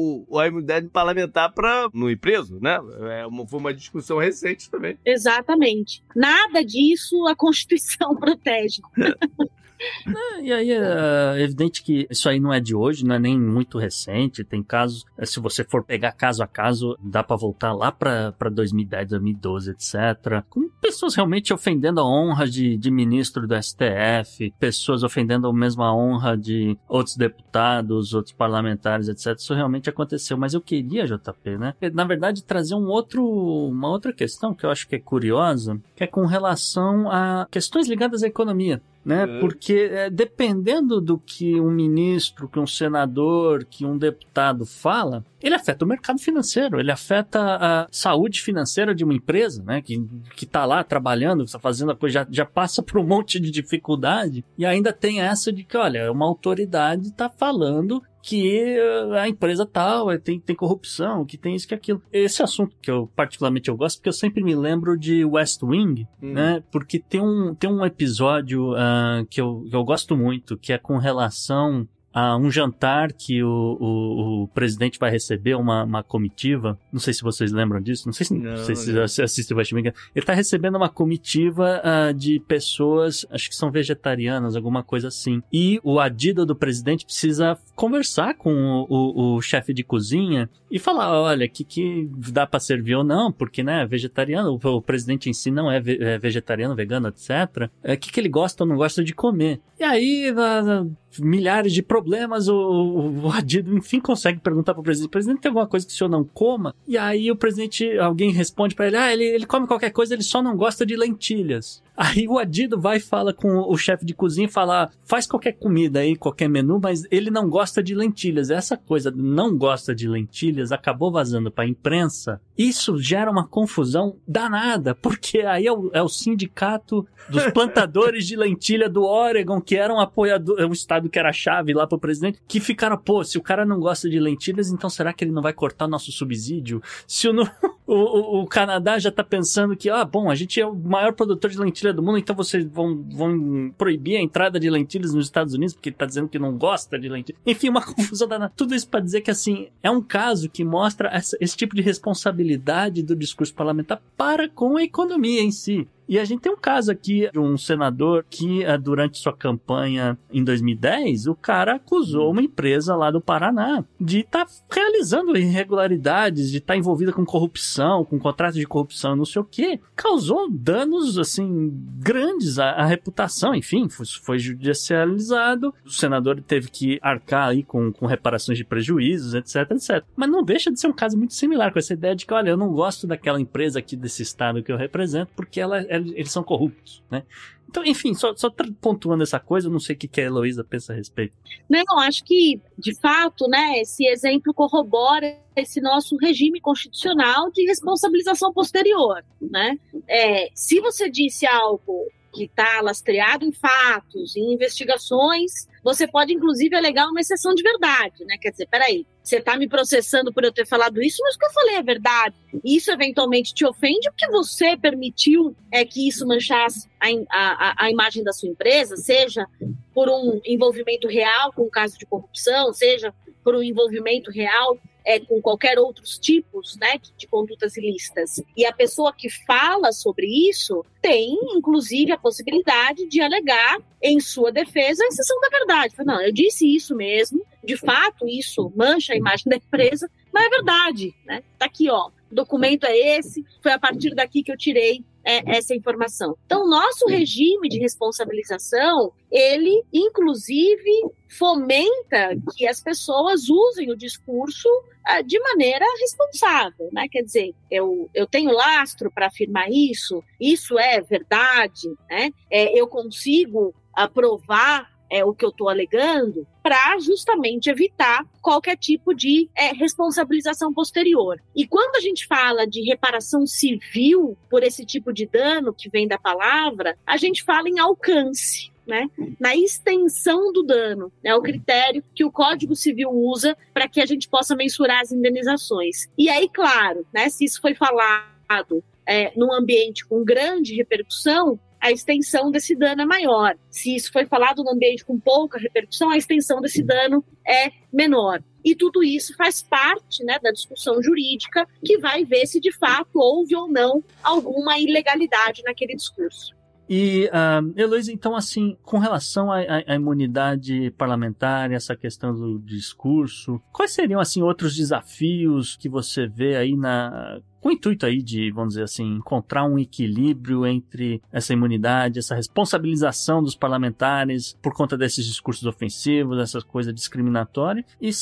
Speaker 2: a imunidade parlamentar para não ir preso, né? Foi uma discussão recente também.
Speaker 4: Exatamente. Nada disso a Constituição protege.
Speaker 3: E aí é evidente que isso aí não é de hoje, não é nem muito recente, tem casos, se você for pegar caso a caso, dá pra voltar lá pra 2010, 2012, etc. Com pessoas realmente ofendendo a honra de ministro do STF, pessoas ofendendo mesmo a honra de outros deputados, outros parlamentares, etc. Isso realmente aconteceu, mas eu queria, JP, né, na verdade trazer uma outra questão que eu acho que é curiosa, que é com relação a questões ligadas à economia. Né? Porque dependendo do que um ministro, que um senador, que um deputado fala, ele afeta o mercado financeiro, ele afeta a saúde financeira de uma empresa, né? Que tá lá trabalhando, está fazendo a coisa, já passa por um monte de dificuldade, e ainda tem essa de que, olha, uma autoridade está falando que a empresa tal tem corrupção, que tem isso, que aquilo. Esse assunto que eu particularmente gosto, porque eu sempre me lembro de West Wing, né? Porque tem um episódio que eu gosto muito, que é com relação a um jantar que o presidente vai receber uma comitiva. Não sei se vocês lembram disso. Não sei se você assiste o West Wing. Ele tá recebendo uma comitiva de pessoas, acho que são vegetarianas, alguma coisa assim. E o adido do presidente precisa conversar com o chefe de cozinha e falar, olha, que dá pra servir ou não, porque, né, vegetariano, o presidente em si não é vegetariano, vegano, etc. Que ele gosta ou não gosta de comer. E aí, milhares de problemas problemas, o Adido, enfim, consegue perguntar pro presidente, tem alguma coisa que o senhor não coma? E aí o presidente, alguém responde pra ele, ele come qualquer coisa, ele só não gosta de lentilhas. Aí o Adido vai e fala com o chefe de cozinha, fala, faz qualquer comida aí, qualquer menu, mas ele não gosta de lentilhas. Essa coisa de não gosta de lentilhas acabou vazando pra imprensa. Isso gera uma confusão danada, porque aí é o sindicato dos plantadores de lentilha do Oregon, que era um apoiador, um estado que era chave lá pro presidente, que ficaram, se o cara não gosta de lentilhas, então será que ele não vai cortar nosso subsídio? Se o Canadá já tá pensando que, a gente é o maior produtor de lentilha do mundo, então vocês vão proibir a entrada de lentilhas nos Estados Unidos, porque ele tá dizendo que não gosta de lentilha. Enfim, uma confusão danada. Tudo isso pra dizer que, assim, é um caso que mostra esse tipo de responsabilidade do discurso parlamentar para com a economia em si. E a gente tem um caso aqui de um senador que, durante sua campanha em 2010, o cara acusou uma empresa lá do Paraná de estar realizando irregularidades, de estar envolvida com corrupção, com contratos de corrupção, não sei o quê. Causou danos, assim, grandes à reputação. Enfim, foi judicializado. O senador teve que arcar aí com reparações de prejuízos, etc, etc. Mas não deixa de ser um caso muito similar, com essa ideia de que, olha, eu não gosto daquela empresa aqui desse estado que eu represento, porque eles são corruptos, né? Então, enfim, só pontuando essa coisa, eu não sei o que a Heloísa pensa a respeito.
Speaker 4: Não, acho que, de fato, né, esse exemplo corrobora esse nosso regime constitucional de responsabilização posterior, né? Se você disse algo que está lastreado em fatos, em investigações, você pode, inclusive, alegar uma exceção de verdade, né? Quer dizer, peraí, você está me processando por eu ter falado isso, mas o que eu falei é verdade. Isso, eventualmente, te ofende porque você permitiu que isso manchasse a imagem da sua empresa, seja por um envolvimento real com um caso de corrupção, seja por um envolvimento real com qualquer outros tipos, né, de condutas ilícitas. E a pessoa que fala sobre isso tem, inclusive, a possibilidade de alegar em sua defesa a exceção da verdade. Não, eu disse isso mesmo, de fato isso mancha a imagem da empresa, mas é verdade, né? Tá aqui, ó, o documento é esse, foi a partir daqui que eu tirei essa informação. Então, o nosso regime de responsabilização, ele, inclusive, fomenta que as pessoas usem o discurso de maneira responsável, né? Quer dizer, eu tenho lastro para afirmar isso é verdade, né? Eu consigo provar o que eu estou alegando, para justamente evitar qualquer tipo de responsabilização posterior. E quando a gente fala de reparação civil por esse tipo de dano que vem da palavra, a gente fala em alcance, né? Na extensão do dano, é o critério que o Código Civil usa para que a gente possa mensurar as indenizações. E aí, claro, né, se isso foi falado num ambiente com grande repercussão, a extensão desse dano é maior. Se isso foi falado num ambiente com pouca repercussão, a extensão desse dano é menor. E tudo isso faz parte, né, da discussão jurídica que vai ver se de fato houve ou não alguma ilegalidade naquele discurso.
Speaker 3: E, Heloísa, então, assim, com relação à imunidade parlamentar, essa questão do discurso, quais seriam, assim, outros desafios que você vê aí com o intuito aí de, vamos dizer assim, encontrar um equilíbrio entre essa imunidade, essa responsabilização dos parlamentares por conta desses discursos ofensivos, essas coisas discriminatórias, e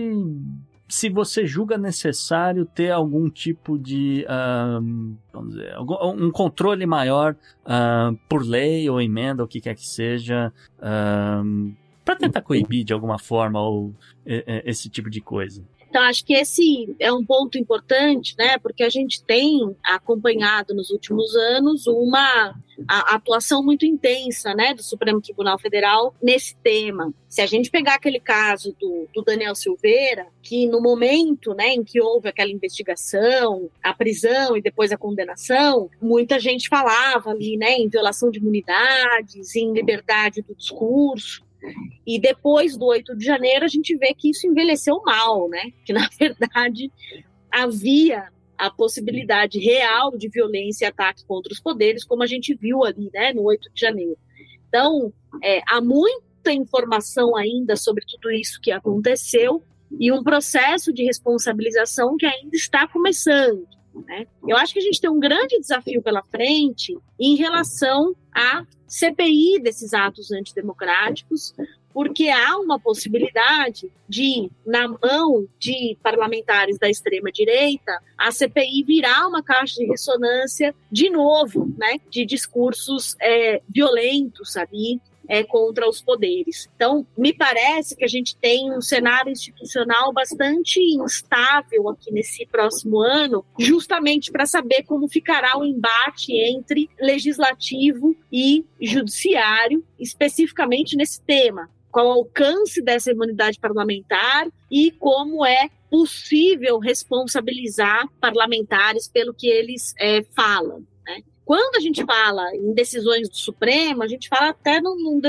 Speaker 3: se você julga necessário ter algum tipo de, vamos dizer, um controle maior por lei ou emenda, o que quer que seja, para tentar coibir de alguma forma esse tipo de coisa.
Speaker 4: Então, acho que esse é um ponto importante, né? Porque a gente tem acompanhado nos últimos anos a atuação muito intensa, né, do Supremo Tribunal Federal nesse tema. Se a gente pegar aquele caso do Daniel Silveira, que no momento, né, em que houve aquela investigação, a prisão e depois a condenação, muita gente falava ali, né, em violação de imunidades, em liberdade do discurso. E depois do 8 de janeiro a gente vê que isso envelheceu mal, né? Que na verdade havia a possibilidade real de violência e ataque contra os poderes, como a gente viu ali, né, no 8 de janeiro. Então, há muita informação ainda sobre tudo isso que aconteceu e um processo de responsabilização que ainda está começando, né? Eu acho que a gente tem um grande desafio pela frente em relação à CPI desses atos antidemocráticos, porque há uma possibilidade de, na mão de parlamentares da extrema-direita, a CPI virar uma caixa de ressonância, de novo, né, de discursos violentos ali, contra os poderes. Então, me parece que a gente tem um cenário institucional bastante instável aqui nesse próximo ano, justamente para saber como ficará o embate entre legislativo e judiciário, especificamente nesse tema. Qual o alcance dessa imunidade parlamentar e como é possível responsabilizar parlamentares pelo que eles falam, né? Quando a gente fala em decisões do Supremo, a gente fala até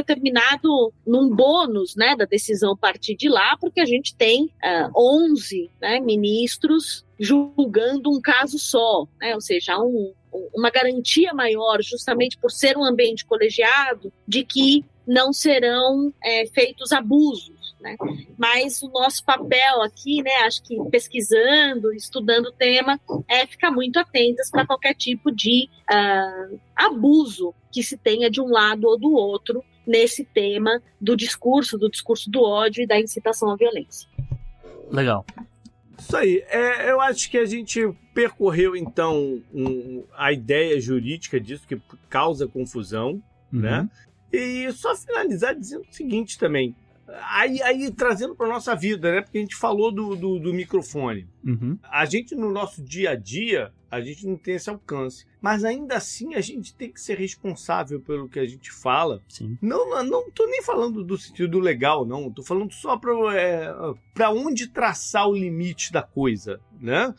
Speaker 4: num bônus, né, da decisão partir de lá, porque a gente tem 11, né, ministros julgando um caso só, né, ou seja, uma garantia maior, justamente por ser um ambiente colegiado, de que não serão feitos abusos, né? Mas o nosso papel aqui, né, acho que pesquisando, estudando o tema, é ficar muito atentas para qualquer tipo de abuso que se tenha de um lado ou do outro nesse tema do discurso do ódio e da incitação à violência.
Speaker 3: Legal.
Speaker 2: Isso aí. Eu acho que a gente percorreu, então, a ideia jurídica disso, que causa confusão, né? E só finalizar dizendo o seguinte também, aí trazendo para nossa vida, né? Porque a gente falou do microfone. A gente, no nosso dia a dia, a gente não tem esse alcance. Mas ainda assim, a gente tem que ser responsável pelo que a gente fala.
Speaker 3: Sim.
Speaker 2: Não tô nem falando do sentido legal, não. Tô falando só para onde traçar o limite da coisa, né?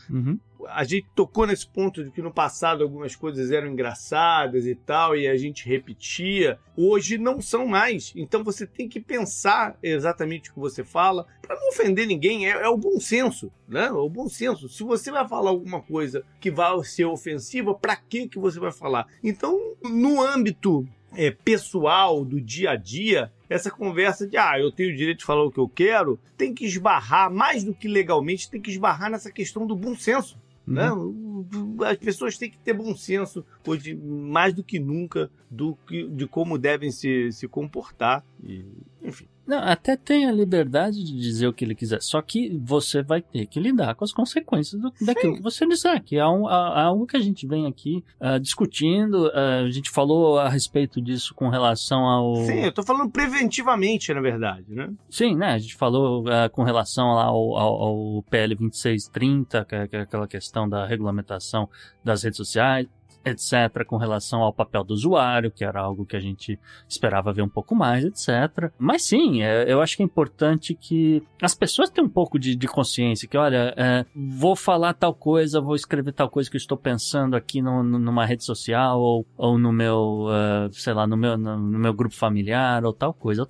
Speaker 2: A gente tocou nesse ponto de que no passado algumas coisas eram engraçadas e tal, e a gente repetia. Hoje não são mais. Então você tem que pensar exatamente o que você fala para não ofender ninguém. É o bom senso, né? É o bom senso. Se você vai falar alguma coisa que vai ser ofensiva, para que você vai falar? Então, no âmbito pessoal, do dia a dia, essa conversa de eu tenho o direito de falar o que eu quero, tem que esbarrar, mais do que legalmente, tem que esbarrar nessa questão do bom senso. Né? As pessoas têm que ter bom senso hoje, mais do que nunca, de como devem se comportar. Enfim.
Speaker 3: Não, até tem a liberdade de dizer o que ele quiser, só que você vai ter que lidar com as consequências daquilo que você disser, que é algo que a gente vem aqui discutindo. A gente falou a respeito disso com relação ao...
Speaker 2: Sim, eu tô falando preventivamente, na verdade, né?
Speaker 3: Sim, né? A gente falou com relação lá ao PL 2630, que é aquela questão da regulamentação das redes sociais, etc., com relação ao papel do usuário, que era algo que a gente esperava ver um pouco mais, etc. Mas sim, eu acho que é importante que as pessoas tenham um pouco de consciência, que olha, vou falar tal coisa, vou escrever tal coisa que eu estou pensando aqui numa rede social, ou no meu, sei lá, no meu grupo familiar, ou tal coisa.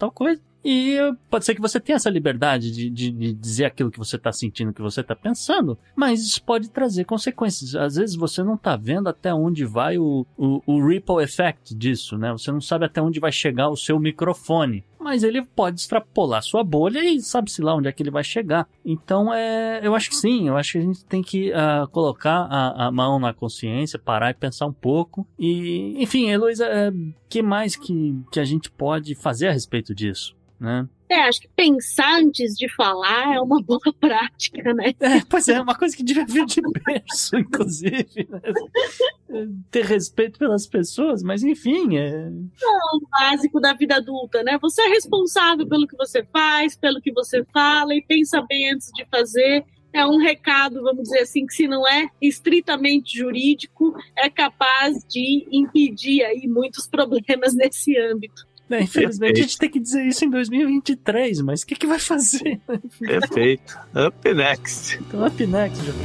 Speaker 3: E pode ser que você tenha essa liberdade de dizer aquilo que você está sentindo, que você está pensando, mas isso pode trazer consequências. Às vezes você não está vendo até onde vai o ripple effect disso, né? Você não sabe até onde vai chegar o seu microfone, mas ele pode extrapolar sua bolha e sabe-se lá onde é que ele vai chegar. Então, eu acho que sim, eu acho que a gente tem que colocar a mão na consciência, parar e pensar um pouco. E, enfim, Heloísa, que mais que a gente pode fazer a respeito disso? Né?
Speaker 4: Acho que pensar antes de falar é uma boa prática, né?
Speaker 3: Pois é, uma coisa que devia vir de berço, inclusive. Né? Ter respeito pelas pessoas, mas enfim... É
Speaker 4: o básico da vida adulta, né? Você é responsável pelo que você faz, pelo que você fala, e pensa bem antes de fazer. É um recado, vamos dizer assim, que se não é estritamente jurídico, é capaz de impedir aí muitos problemas nesse âmbito.
Speaker 3: Infelizmente a gente tem que dizer isso em 2023, mas o que vai fazer?
Speaker 2: Perfeito. Up next.
Speaker 3: Então, up next, JP.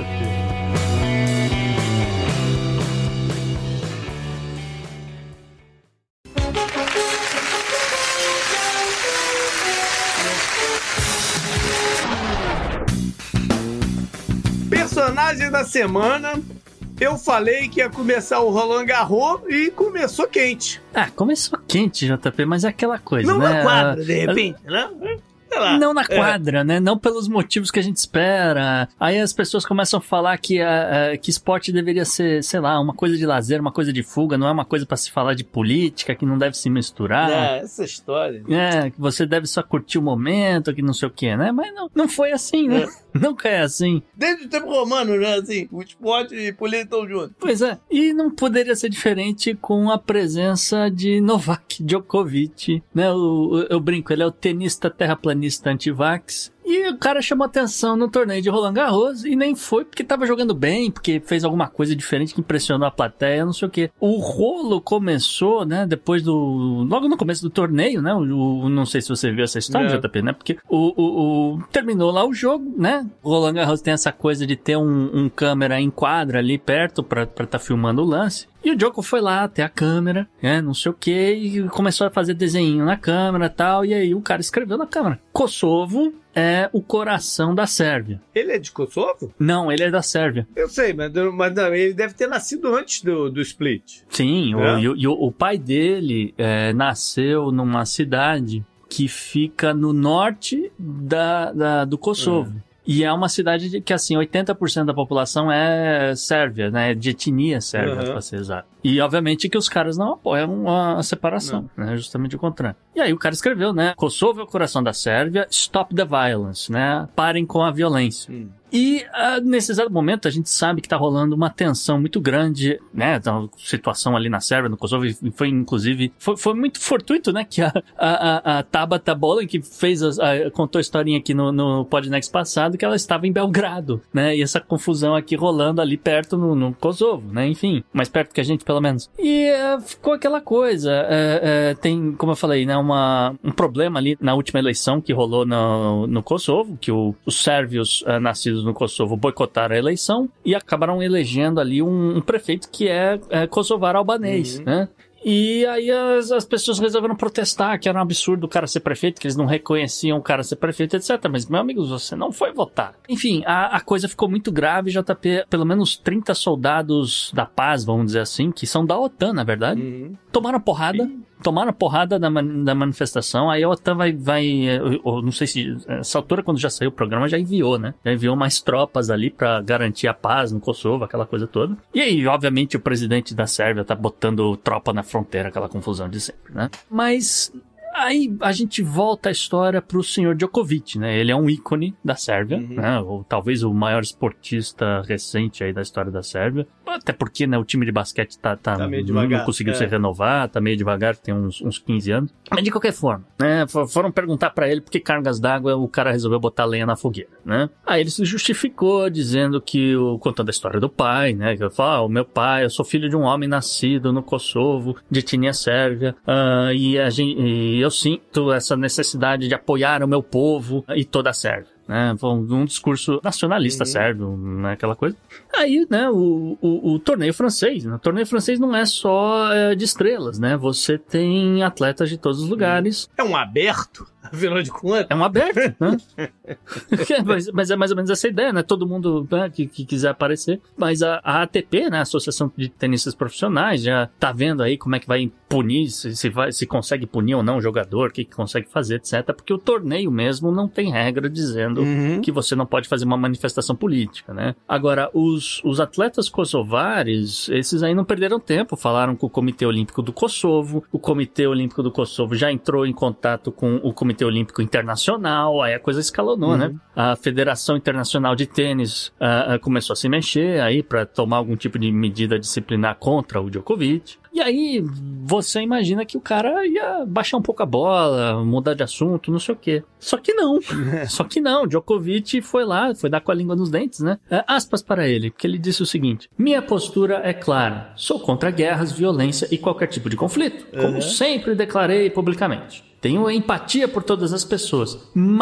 Speaker 2: Personagem da semana. Eu falei que ia começar o Roland Garros e começou quente.
Speaker 3: Começou quente, JP, mas é aquela coisa,
Speaker 2: não
Speaker 3: né?
Speaker 2: Não quadra, de repente, né? sei lá.
Speaker 3: Não na quadra, né? Não pelos motivos que a gente espera. Aí as pessoas começam a falar que esporte deveria ser, sei lá, uma coisa de lazer, uma coisa de fuga, não é uma coisa pra se falar de política, que não deve se misturar.
Speaker 2: Essa história.
Speaker 3: Que você deve só curtir o momento, que não sei o que, né? Mas não foi assim, né? Nunca é assim.
Speaker 2: Desde o tempo romano, né? Assim, o esporte e política estão juntos.
Speaker 3: Pois é. E não poderia ser diferente com a presença de Novak Djokovic, né? Eu brinco, ele é o tenista terraplanista anti-vax. E o cara chamou atenção no torneio de Roland Garros e nem foi porque tava jogando bem, porque fez alguma coisa diferente que impressionou a plateia, não sei o quê. O rolo começou, né, logo no começo do torneio, né, não sei se você viu essa história, JP, né, porque terminou lá o jogo, né, o Roland Garros tem essa coisa de ter um câmera em quadra ali perto pra tá filmando o lance. E o Djoko foi lá até a câmera, né, não sei o que, e começou a fazer desenho na câmera e tal, e aí o cara escreveu na câmera: Kosovo é o coração da Sérvia.
Speaker 2: Ele é de Kosovo?
Speaker 3: Não, ele é da Sérvia.
Speaker 2: Eu sei, mas não, ele deve ter nascido antes do Split.
Speaker 3: Sim, o pai dele nasceu numa cidade que fica no norte do Kosovo. E é uma cidade que, assim, 80% da população é sérvia, né? De etnia sérvia, pra ser exato. E, obviamente, que os caras não apoiam a separação, né? Justamente o contrário. E aí o cara escreveu, né? Kosovo é o coração da Sérvia, stop the violence, né? Parem com a violência. E nesse exato momento a gente sabe que tá rolando uma tensão muito grande, né, da situação ali na Sérvia, no Kosovo, e foi inclusive, foi muito fortuito, né, que a Tabata Bolan, que contou a historinha aqui no Podnext passado, que ela estava em Belgrado, né, e essa confusão aqui rolando ali perto no Kosovo, né, enfim, mais perto que a gente pelo menos. E ficou aquela coisa, tem, como eu falei, né, um problema ali na última eleição que rolou no Kosovo, que os sérvios nascidos no Kosovo boicotaram a eleição e acabaram elegendo ali um prefeito que é kosovar albanês, né? E aí as pessoas resolveram protestar, que era um absurdo o cara ser prefeito, que eles não reconheciam o cara ser prefeito, etc. Mas, meu amigo, você não foi votar. Enfim, a coisa ficou muito grave, JP. Pelo menos 30 soldados da paz, vamos dizer assim, que são da OTAN, na verdade, tomaram porrada da manifestação. Aí a OTAN eu não sei se essa altura, quando já saiu o programa, já enviou, né? Já enviou mais tropas ali pra garantir a paz no Kosovo, aquela coisa toda. E aí, obviamente, o presidente da Sérvia tá botando tropa na fronteira, aquela confusão de sempre, né? Mas aí a gente volta a história pro senhor Djokovic, né? Ele é um ícone da Sérvia, né? Ou talvez o maior esportista recente aí da história da Sérvia. Até porque, né, o time de basquete tá meio devagar, não conseguiu se renovar, tá meio devagar, tem uns 15 anos. Mas de qualquer forma, né, foram perguntar pra ele por que cargas d'água o cara resolveu botar lenha na fogueira, né? Aí ele se justificou dizendo contando a história do pai, né? Que ele falou, o meu pai, eu sou filho de um homem nascido no Kosovo, de etnia sérvia, e eu sinto essa necessidade de apoiar o meu povo e toda a Sérvia. Né, um discurso nacionalista sérvio, né, aquela coisa. Aí, né, o torneio francês, né, o torneio francês não é só de estrelas, né, você tem atletas de todos os lugares.
Speaker 2: É um aberto, afinal de contas.
Speaker 3: É um aberto, né? mas é mais ou menos essa ideia, né, todo mundo, né, que quiser aparecer. Mas a ATP, né, a Associação de Tenistas Profissionais, já tá vendo aí como é que vai punir, se consegue punir ou não o jogador, o que consegue fazer, etc. Porque o torneio mesmo não tem regra dizendo que você não pode fazer uma manifestação política, né? Agora, os atletas kosovares, esses aí não perderam tempo, falaram com o Comitê Olímpico do Kosovo, o Comitê Olímpico do Kosovo já entrou em contato com o Comitê Olímpico Internacional, aí a coisa escalonou, né? A Federação Internacional de Tênis começou a se mexer aí para tomar algum tipo de medida disciplinar contra o Djokovic. E aí, você imagina que o cara ia baixar um pouco a bola, mudar de assunto, não sei o quê. Só que não. Djokovic foi lá, foi dar com a língua nos dentes, né? Aspas para ele, porque ele disse o seguinte: minha postura é clara. Sou contra guerras, violência e qualquer tipo de conflito. Como sempre declarei publicamente. Tenho empatia por todas as pessoas,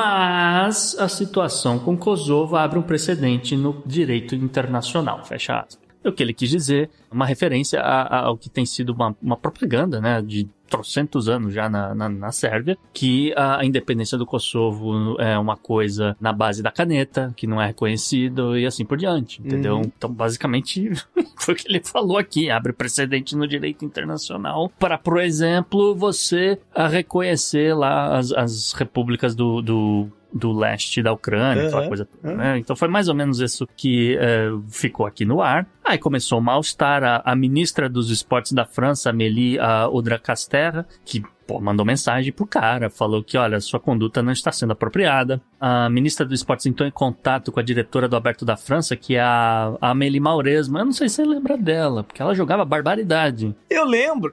Speaker 3: mas a situação com Kosovo abre um precedente no direito internacional. Fecha aspas. O que ele quis dizer, uma referência ao que tem sido uma propaganda, né, de trocentos anos já na Sérvia, que a independência do Kosovo é uma coisa na base da caneta, que não é reconhecido e assim por diante, entendeu? Então, basicamente, foi o que ele falou aqui, abre precedente no direito internacional para, por exemplo, você reconhecer lá as repúblicas do leste da Ucrânia, aquela coisa, né? Então foi mais ou menos isso que ficou aqui no ar. Aí começou o mal-estar, a ministra dos esportes da França, Amélie Oudra-Castéra, que mandou mensagem pro cara, falou que, olha, sua conduta não está sendo apropriada. A ministra dos esportes entrou em contato com a diretora do Aberto da França, que é a Amélie Mauresmo. Eu não sei se você lembra dela, porque ela jogava barbaridade.
Speaker 2: Eu lembro,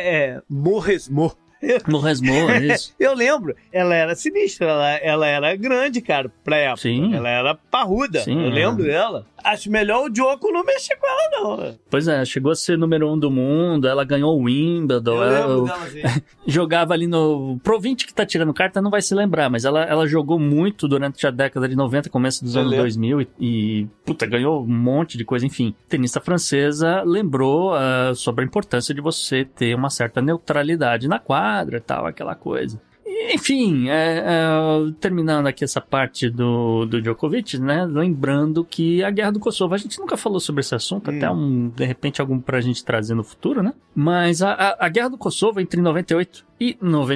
Speaker 2: Mauresmo.
Speaker 3: Isso.
Speaker 2: Eu lembro, ela era sinistra, ela era grande, cara, pra época.
Speaker 3: Sim.
Speaker 2: Ela era parruda,
Speaker 3: Sim,
Speaker 2: eu lembro dela. Acho melhor o Djoko não mexer com ela, não.
Speaker 3: Pois é, chegou a ser número 1 do mundo, ela ganhou o Wimbledon.
Speaker 2: Eu lembro dela, sim.
Speaker 3: Jogava ali no... Pro ouvinte que tá tirando carta não vai se lembrar, mas ela jogou muito durante a década de 90, começo dos anos 2000 e ganhou um monte de coisa, enfim. Tenista francesa lembrou sobre a importância de você ter uma certa neutralidade na quadra e tal, aquela coisa. Enfim, terminando aqui essa parte do Djokovic, né? Lembrando que a Guerra do Kosovo, a gente nunca falou sobre esse assunto, até de repente algum pra gente trazer no futuro, né? Mas a Guerra do Kosovo entre 98 e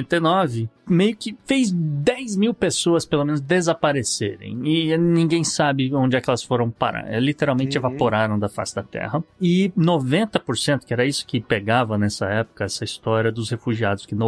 Speaker 3: 99 meio que fez 10 mil pessoas, pelo menos, desaparecerem. E ninguém sabe onde é que elas foram parar. Literalmente evaporaram da face da Terra. E 90%, que era isso que pegava nessa época, essa história dos refugiados, que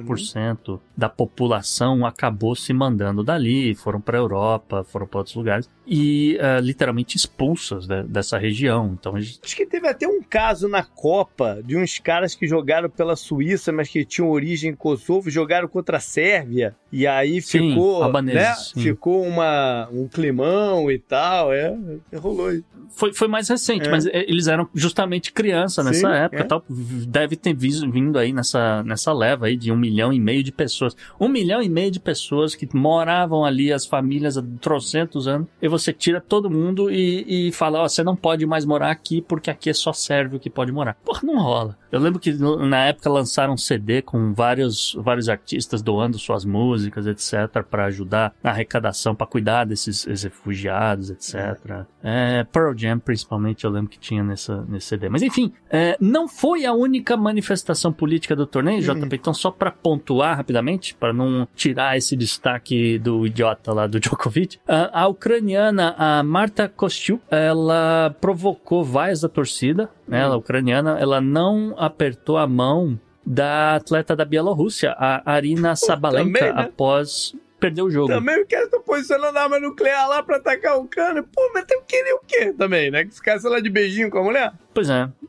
Speaker 3: 90% da população acabou se mandando dali, foram pra Europa, foram pra outros lugares, e literalmente expulsas dessa região. Então,
Speaker 2: acho que teve até um caso na Copa de uns caras que jogaram pela Suíça, mas que tinham origem em Kosovo, jogaram contra a Sérvia, e aí ficou, né? Ficou um climão e tal, rolou isso.
Speaker 3: Foi mais recente, mas eles eram justamente criança nessa época, tal. Deve ter vindo aí nessa leva aí de 1,5 milhão de pessoas. 1,5 milhão de pessoas que moravam ali, as famílias há trocentos anos, e você tira todo mundo e fala, você não pode mais morar aqui, porque aqui é só sérvio que pode morar. Porra, não rola. Eu lembro que na época lançaram um CD com vários artistas doando suas músicas, etc, para ajudar na arrecadação, para cuidar desses refugiados, etc. Pearl Jam, principalmente, eu lembro que tinha nesse CD. Mas enfim, não foi a única manifestação política do torneio, JP. Então, só para pontuar rapidamente, para não tirar esse destaque do idiota lá do Djokovic, a ucraniana, a Marta Kostyuk, ela provocou vaias da torcida, né? A ucraniana, ela não apertou a mão da atleta da Bielorrússia, a Arina Sabalenka,
Speaker 2: também, né?
Speaker 3: Após perder o jogo.
Speaker 2: Também o cara tá posicionando arma nuclear lá pra atacar o cano. Pô, mas tem que querer o quê também, né? Que ficasse lá de beijinho com a mulher?
Speaker 3: Pois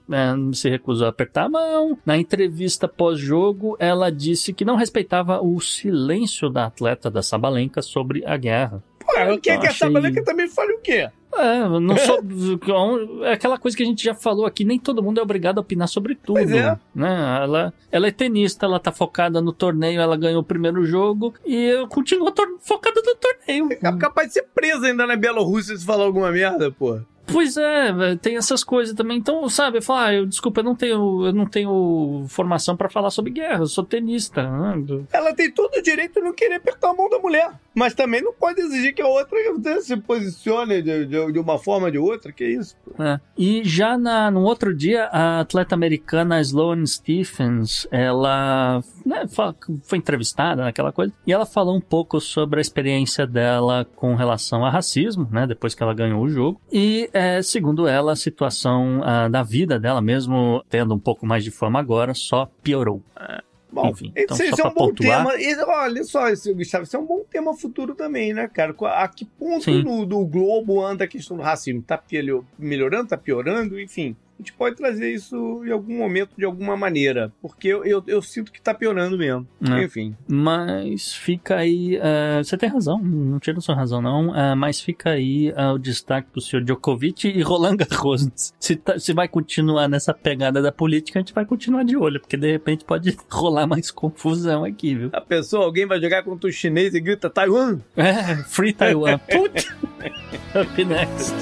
Speaker 3: se recusou a apertar a mão. Na entrevista pós-jogo, ela disse que não respeitava o silêncio da atleta da Sabalenka sobre a guerra.
Speaker 2: Pô, o que a Sabalenka também fale o quê?
Speaker 3: Não sou, é aquela coisa que a gente já falou aqui, nem todo mundo é obrigado a opinar sobre tudo.
Speaker 2: Pois é.
Speaker 3: Né? Ela é tenista, ela tá focada no torneio, ela ganhou o primeiro jogo e continua focada no torneio.
Speaker 2: É capaz de ser presa ainda na Bielorrússia se falar alguma merda, pô.
Speaker 3: Pois tem essas coisas também. Então, sabe, desculpa, eu não tenho formação pra falar sobre guerra, eu sou tenista. Né?
Speaker 2: Ela tem todo o direito de não querer apertar a mão da mulher, mas também não pode exigir que a outra se posicione de uma forma ou de outra, que isso?
Speaker 3: E já no outro dia, a atleta americana Sloane Stephens, ela foi entrevistada naquela coisa, e ela falou um pouco sobre a experiência dela com relação a racismo, né, depois que ela ganhou o jogo, e segundo ela, a situação da vida dela, mesmo tendo um pouco mais de fama agora, só piorou.
Speaker 2: Bom,
Speaker 3: enfim, então,
Speaker 2: esse é um bom tema. Olha só, Gustavo, esse é um bom tema futuro também, né, cara? A que ponto do globo anda a questão do racismo? Tá melhorando, tá piorando? Enfim, a gente pode trazer isso em algum momento, de alguma maneira, porque eu sinto que tá piorando mesmo. Enfim. Mas
Speaker 3: fica aí, você tem razão, não tira sua razão não, mas fica aí o destaque pro senhor Djokovic e Roland Garros. Se vai continuar nessa pegada da política, a gente vai continuar de olho, porque de repente pode rolar mais confusão aqui, viu?
Speaker 2: A pessoa, alguém vai jogar contra o chinês e grita Taiwan?
Speaker 3: Free Taiwan. Putz! Up next.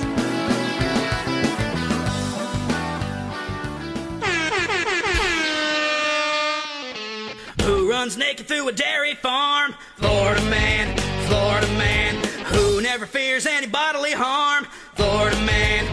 Speaker 5: who runs naked through a dairy farm. Florida man, who never fears any bodily harm. Florida man,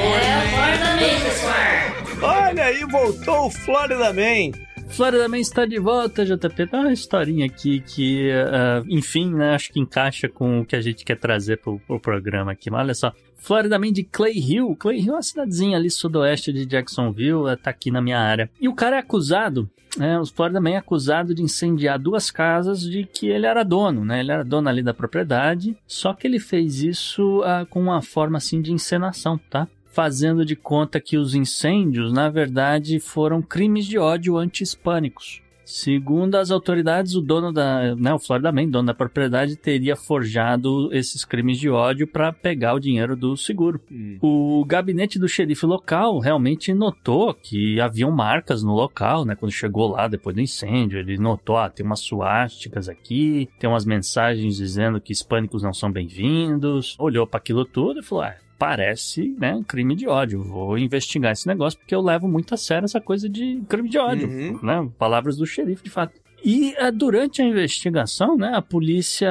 Speaker 2: Olha aí, voltou o Florida Man.
Speaker 3: Florida Man está de volta, JP. Tem uma historinha aqui que, enfim, né, acho que encaixa com o que a gente quer trazer pro programa aqui. Mas olha só, Florida Man de Clay Hill. Clay Hill é uma cidadezinha ali sudoeste de Jacksonville, tá aqui na minha área. E o cara é acusado, o Florida Man é acusado de incendiar 2 casas de que ele era dono, né? Ele era dono ali da propriedade, só que ele fez isso com uma forma assim de encenação, tá? Fazendo de conta que os incêndios, na verdade, foram crimes de ódio anti-hispânicos. Segundo as autoridades, o dono o Florida Man, dono da propriedade, teria forjado esses crimes de ódio para pegar o dinheiro do seguro. O gabinete do xerife local realmente notou que haviam marcas no local, né? Quando chegou lá depois do incêndio, ele notou, tem umas suásticas aqui, tem umas mensagens dizendo que hispânicos não são bem-vindos. Olhou para aquilo tudo e falou, parece, né, um crime de ódio. Vou investigar esse negócio porque eu levo muito a sério essa coisa de crime de ódio, né? Palavras do xerife, de fato. E durante a investigação, né, a polícia,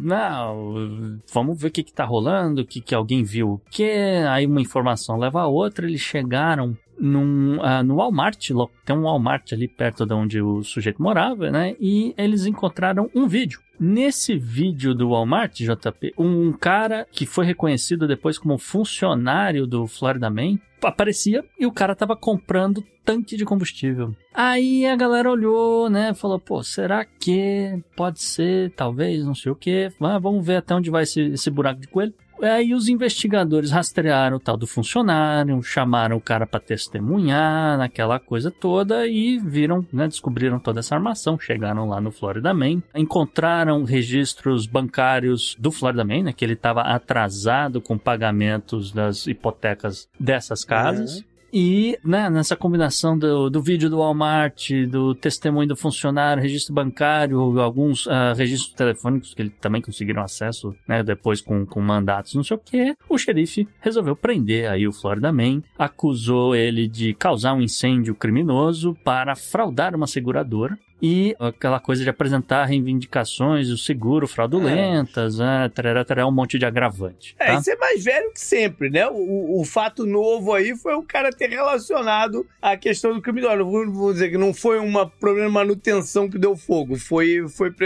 Speaker 3: vamos ver o que tá rolando, o que alguém viu o quê, aí uma informação leva a outra, eles chegaram no Walmart, tem um Walmart ali perto de onde o sujeito morava, né, e eles encontraram um vídeo. Nesse vídeo do Walmart, JP, um cara que foi reconhecido depois como funcionário do Florida Man aparecia e o cara tava comprando tanque de combustível. Aí a galera olhou, né, falou, será que pode ser, talvez, não sei o que, vamos ver até onde vai esse buraco de coelho. Aí os investigadores rastrearam o tal do funcionário, chamaram o cara para testemunhar naquela coisa toda e viram, né, descobriram toda essa armação, chegaram lá no Florida Man, encontraram registros bancários do Florida Man, né, que ele estava atrasado com pagamentos das hipotecas dessas casas. E, né, nessa combinação do vídeo do Walmart, do testemunho do funcionário, registro bancário, alguns registros telefônicos que eles também conseguiram acesso, né, depois com mandatos, não sei o que, o xerife resolveu prender aí o Florida Man, acusou ele de causar um incêndio criminoso para fraudar uma seguradora. E aquela coisa de apresentar reivindicações do seguro fraudulentas, um monte de agravante. Tá?
Speaker 2: Isso é mais velho que sempre, né? O fato novo aí foi o cara ter relacionado a questão do crime de ódio. Vou dizer que não foi um problema de manutenção que deu fogo, foi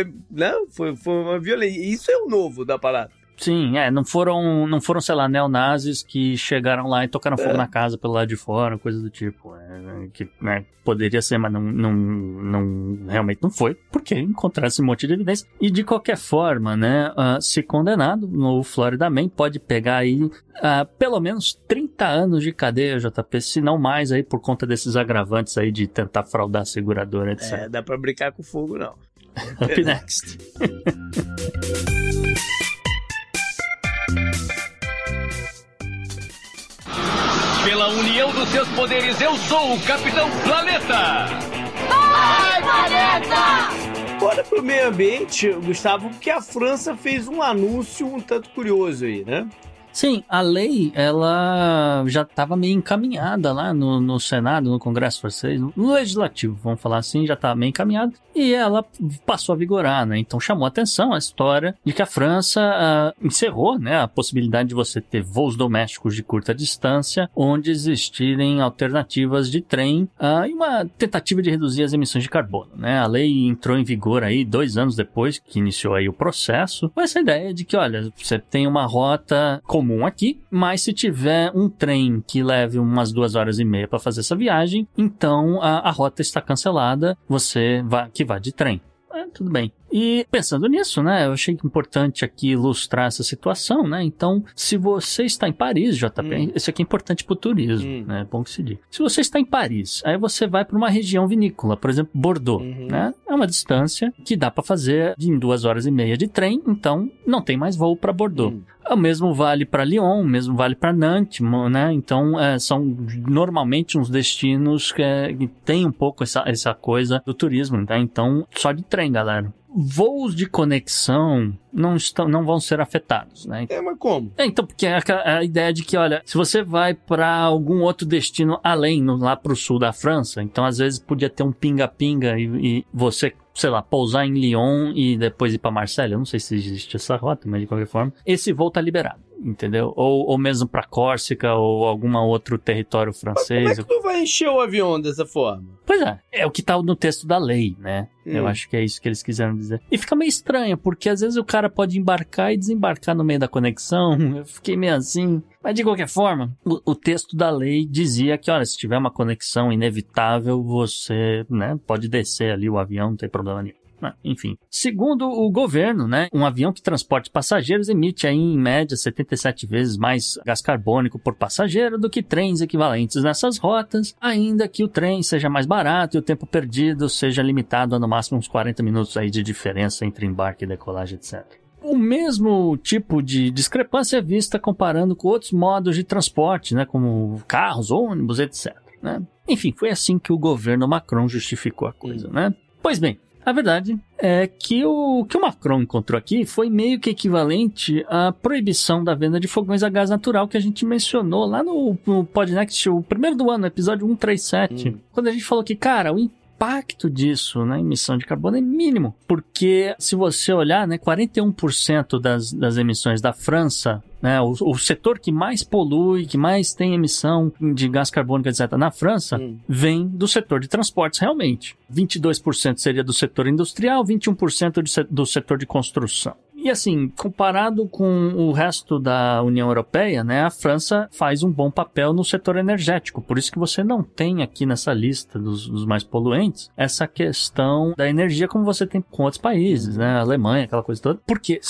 Speaker 2: uma violência. Isso é o novo da parada.
Speaker 3: Sim, não foram, sei lá, neonazis que chegaram lá e tocaram fogo na casa pelo lado de fora, coisa do tipo. Que, né, poderia ser, mas não realmente não foi, porque encontraram esse monte de evidência. E de qualquer forma, né, se condenado, o Florida Man pode pegar aí pelo menos 30 anos de cadeia, JP, se não mais aí por conta desses agravantes aí de tentar fraudar a seguradora, etc.
Speaker 2: Dá pra brincar com fogo, não.
Speaker 3: Up next.
Speaker 6: Pela união dos seus poderes, eu sou o Capitão Planeta!
Speaker 7: Vai, Planeta!
Speaker 2: Bora pro meio ambiente, Gustavo, porque a França fez um anúncio um tanto curioso aí, né?
Speaker 3: Sim, a lei, ela já estava meio encaminhada lá no Senado, no Congresso francês, no Legislativo, vamos falar assim, já estava meio encaminhada, e ela passou a vigorar, né? Então chamou a atenção a história de que a França encerrou, né, a possibilidade de você ter voos domésticos de curta distância, onde existirem alternativas de trem e uma tentativa de reduzir as emissões de carbono, né? A lei entrou em vigor aí 2 anos depois que iniciou aí o processo, com essa ideia de que, olha, você tem uma rota comum aqui, mas se tiver um trem que leve umas 2 horas e meia para fazer essa viagem, então a rota está cancelada, você vá de trem. Tudo bem. E pensando nisso, né, eu achei importante aqui ilustrar essa situação, né, então, se você está em Paris, JP, isso aqui é importante pro turismo, né, é bom que se diga. Se você está em Paris, aí você vai para uma região vinícola, por exemplo, Bordeaux, né, é uma distância que dá para fazer em 2 horas e meia de trem, então não tem mais voo para Bordeaux. O mesmo vale para Lyon, o mesmo vale para Nantes, né, então são normalmente uns destinos que tem um pouco essa coisa do turismo, tá? Então só de trem, galera. Voos de conexão não vão ser afetados, né?
Speaker 2: Mas como?
Speaker 3: Então, porque é a ideia de que, olha, se você vai para algum outro destino além, lá pro sul da França, então às vezes podia ter um pinga-pinga e você, sei lá, pousar em Lyon e depois ir para Marselha. Eu não sei se existe essa rota, mas de qualquer forma, esse voo tá liberado, entendeu? Ou mesmo para Córcega ou algum outro território francês.
Speaker 2: Mas como é que tu vai encher o avião dessa forma?
Speaker 3: Pois é o que tá no texto da lei, né? Eu acho que é isso que eles quiseram dizer. E fica meio estranho, porque às vezes o cara pode embarcar e desembarcar no meio da conexão. Eu fiquei meio assim. Mas de qualquer forma, o texto da lei dizia que, olha, se tiver uma conexão inevitável, você, né, pode descer ali o avião, não tem problema nenhum. Enfim, segundo o governo, né, um avião que transporte passageiros emite aí em média 77 vezes mais gás carbônico por passageiro do que trens equivalentes nessas rotas, ainda que o trem seja mais barato e o tempo perdido seja limitado a no máximo uns 40 minutos aí de diferença entre embarque e decolagem, etc. O mesmo tipo de discrepância é vista comparando com outros modos de transporte, né, como carros, ônibus, etc. Né? Enfim, foi assim que o governo Macron justificou a coisa, né? Pois bem, a verdade é que o Macron encontrou aqui foi meio que equivalente à proibição da venda de fogões a gás natural que a gente mencionou lá no Podnext, o primeiro do ano, episódio 137, quando a gente falou que, cara, o impacto disso na emissão de carbono é mínimo, porque se você olhar, né, 41% das emissões da França, né, o setor que mais polui, que mais tem emissão de gás carbônico, etc., na França, vem do setor de transportes, realmente. 22% seria do setor industrial, 21% do setor de construção. E assim, comparado com o resto da União Europeia, né, a França faz um bom papel no setor energético. Por isso que você não tem aqui nessa lista dos mais poluentes essa questão da energia como você tem com outros países, né, a Alemanha, aquela coisa toda. Porque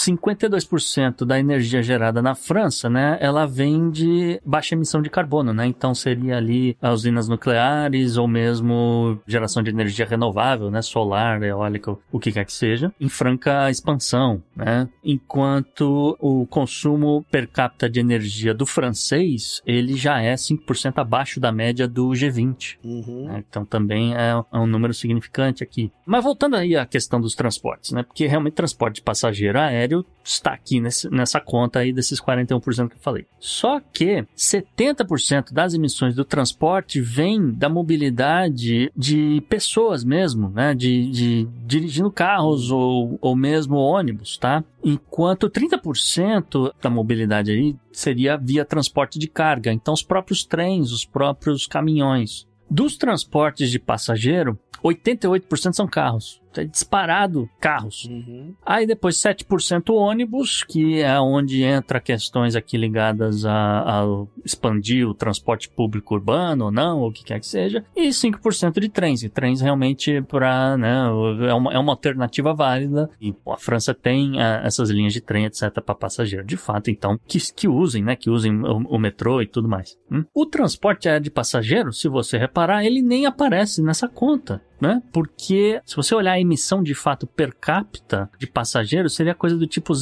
Speaker 3: 52% da energia gerada na França, né, ela vem de baixa emissão de carbono, né, então seria ali usinas nucleares ou mesmo geração de energia renovável, né, solar, eólica, o que quer que seja, em franca expansão, né. Enquanto o consumo per capita de energia do francês, ele já é 5% abaixo da média do G20. Né? Então também é um número significante aqui. Mas voltando aí à questão dos transportes, né? Porque realmente transporte de passageiro aéreo está aqui nessa conta aí desses 41% que eu falei. Só que 70% das emissões do transporte vem da mobilidade de pessoas mesmo, né? De dirigindo carros ou mesmo ônibus, tá? Enquanto 30% da mobilidade aí seria via transporte de carga, então os próprios trens, os próprios caminhões. Dos transportes de passageiro, 88% são carros. É disparado carros. Aí depois 7% ônibus, que é onde entra questões aqui ligadas a expandir o transporte público urbano ou não, ou o que quer que seja. E 5% de trens. E trens realmente para, né, é uma alternativa válida. E a França tem essas linhas de trem, etc, para passageiro. De fato, então, que usem, né, que usem o metrô e tudo mais. O transporte aéreo de passageiro, se você reparar, ele nem aparece nessa conta. Né? Porque se você olhar a emissão de fato per capita de passageiros, seria coisa do tipo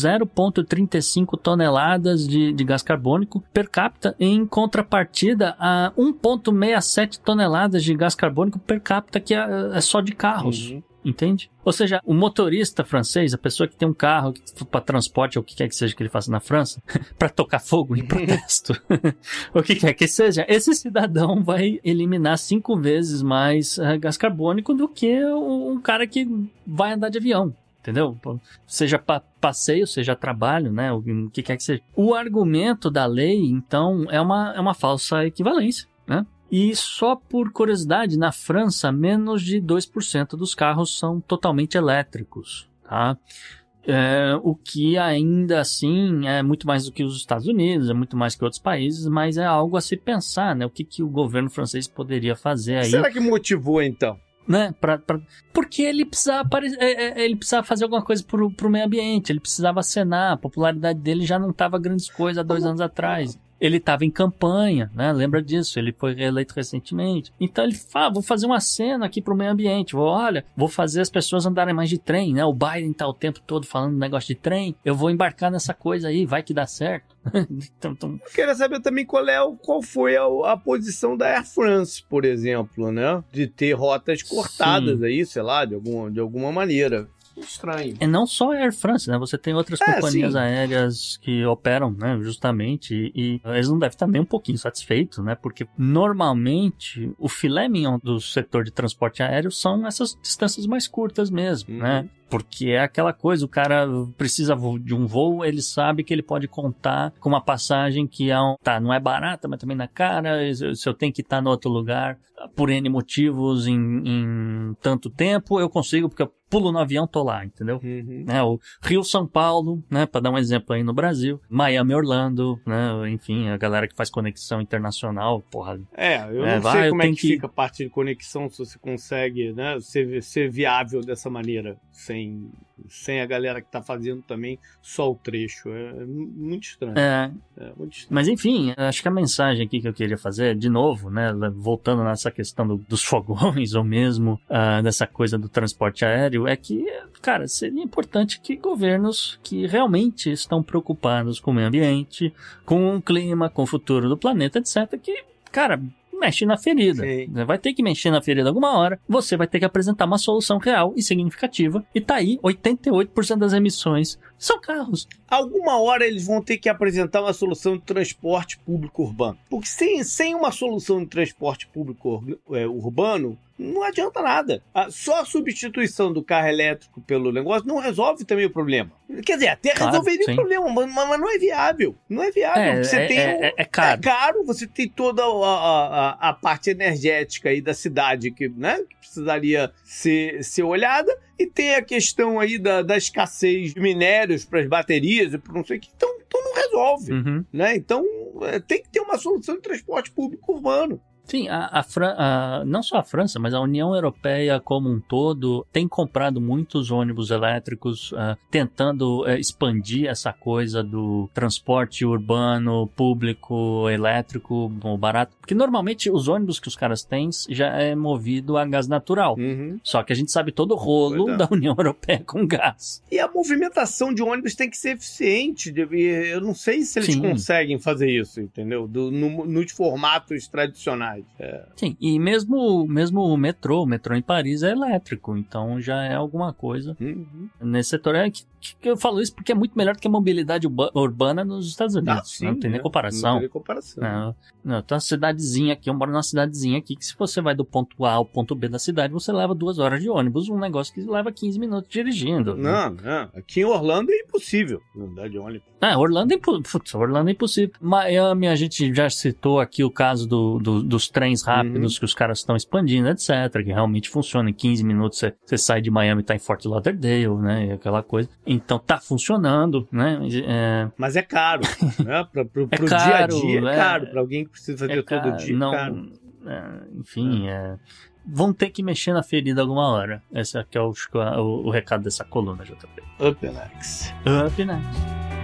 Speaker 3: 0,35 toneladas de gás carbônico per capita, em contrapartida a 1,67 toneladas de gás carbônico per capita, que é só de carros. Entende? Ou seja, o motorista francês, a pessoa que tem um carro para transporte, ou o que quer que seja que ele faça na França, para tocar fogo em protesto, o que quer que seja, esse cidadão vai eliminar 5 vezes mais gás carbônico do que um cara que vai andar de avião. Entendeu? Seja passeio, seja trabalho, né? O que quer que seja. O argumento da lei, então, é uma falsa equivalência, né? E só por curiosidade, na França, menos de 2% dos carros são totalmente elétricos, tá? O que ainda assim é muito mais do que os Estados Unidos, é muito mais que outros países, mas é algo a se pensar, né? O que o governo francês poderia fazer aí.
Speaker 2: Será que motivou, então?
Speaker 3: Né? Porque ele precisava fazer alguma coisa pro meio ambiente, ele precisava acenar, a popularidade dele já não estava grandes coisas há 2 anos atrás. Ele estava em campanha, né? Lembra disso? Ele foi reeleito recentemente. Então ele fala, vou fazer uma cena aqui pro meio ambiente. Vou fazer as pessoas andarem mais de trem, né? O Biden tá o tempo todo falando negócio de trem. Eu vou embarcar nessa coisa aí, vai que dá certo. então...
Speaker 2: Eu queria saber também qual foi a posição da Air France, por exemplo, né? De ter rotas cortadas. Sim. Aí, sei lá, de alguma maneira. estranho.
Speaker 3: E não só a Air France, né? Você tem outras companhias aéreas que operam, né? Justamente, e eles não devem estar nem um pouquinho satisfeitos, né? Porque normalmente o filé mignon do setor de transporte aéreo são essas distâncias mais curtas mesmo, né? Porque é aquela coisa, o cara precisa de um voo, ele sabe que ele pode contar com uma passagem que não é barata, mas também não é cara, se eu tenho que estar no outro lugar por N motivos em tanto tempo, eu consigo, porque eu pulo no avião, tô lá, entendeu? Né, o Rio-São Paulo, né, pra dar um exemplo aí no Brasil, Miami-Orlando, né, enfim, a galera que faz conexão internacional, porra.
Speaker 2: Eu não sei como é que fica a parte de conexão, se você consegue, né, ser viável dessa maneira, sem a galera que tá fazendo também só o trecho. É muito estranho. Muito estranho.
Speaker 3: Mas enfim, acho que a mensagem aqui que eu queria fazer, de novo, né, voltando nessa questão dos fogões, ou mesmo dessa coisa do transporte aéreo, é que, cara, seria importante que governos que realmente estão preocupados com o meio ambiente, com o clima, com o futuro do planeta, etc., que, cara, mexe na ferida. Sim. Vai ter que mexer na ferida alguma hora, você vai ter que apresentar uma solução real e significativa, e tá aí, 88% das emissões são carros.
Speaker 2: Alguma hora eles vão ter que apresentar uma solução de transporte público urbano. Porque sem uma solução de transporte público urbano, não adianta nada. Só a substituição do carro elétrico pelo negócio não resolve também o problema. Quer dizer, até resolveria o problema, mas não é viável. Não é viável.
Speaker 3: É caro.
Speaker 2: É caro, você tem toda a parte energética aí da cidade que, né, que precisaria ser olhada, e tem a questão aí da escassez de minérios para as baterias e para não sei o que. Então não resolve. Né? Então tem que ter uma solução de transporte público urbano.
Speaker 3: Sim, não só a França, mas a União Europeia como um todo tem comprado muitos ônibus elétricos, tentando expandir essa coisa do transporte urbano, público, elétrico, barato. Porque normalmente os ônibus que os caras têm já é movido a gás natural. Só que a gente sabe todo o rolo da União Europeia com gás.
Speaker 2: E a movimentação de ônibus tem que ser eficiente. Eu não sei se eles conseguem fazer isso, entendeu? Nos formatos tradicionais.
Speaker 3: Sim, e mesmo o metrô em Paris é elétrico, então já é alguma coisa nesse setor. Que eu falo isso porque é muito melhor do que a mobilidade urbana nos Estados Unidos.
Speaker 2: Sim,
Speaker 3: não tem nem comparação.
Speaker 2: Não tem nem comparação.
Speaker 3: Não, tem uma cidadezinha aqui, eu moro numa cidadezinha aqui que se você vai do ponto A ao ponto B da cidade, você leva 2 horas de ônibus, um negócio que leva 15 minutos dirigindo.
Speaker 2: Não. Aqui em Orlando é impossível andar de ônibus.
Speaker 3: Orlando é impossível. Miami, a gente já citou aqui o caso dos trens rápidos que os caras estão expandindo, etc., que realmente funciona. Em 15 minutos você sai de Miami e tá em Fort Lauderdale, né? Aquela coisa. Então tá funcionando, né?
Speaker 2: Mas é caro, né? Pro dia a dia é caro. Pra alguém que precisa fazer todo dia é caro.
Speaker 3: Enfim, vão ter que mexer na ferida alguma hora. Esse aqui é o recado dessa coluna, JP.
Speaker 2: Up next.
Speaker 3: Up next.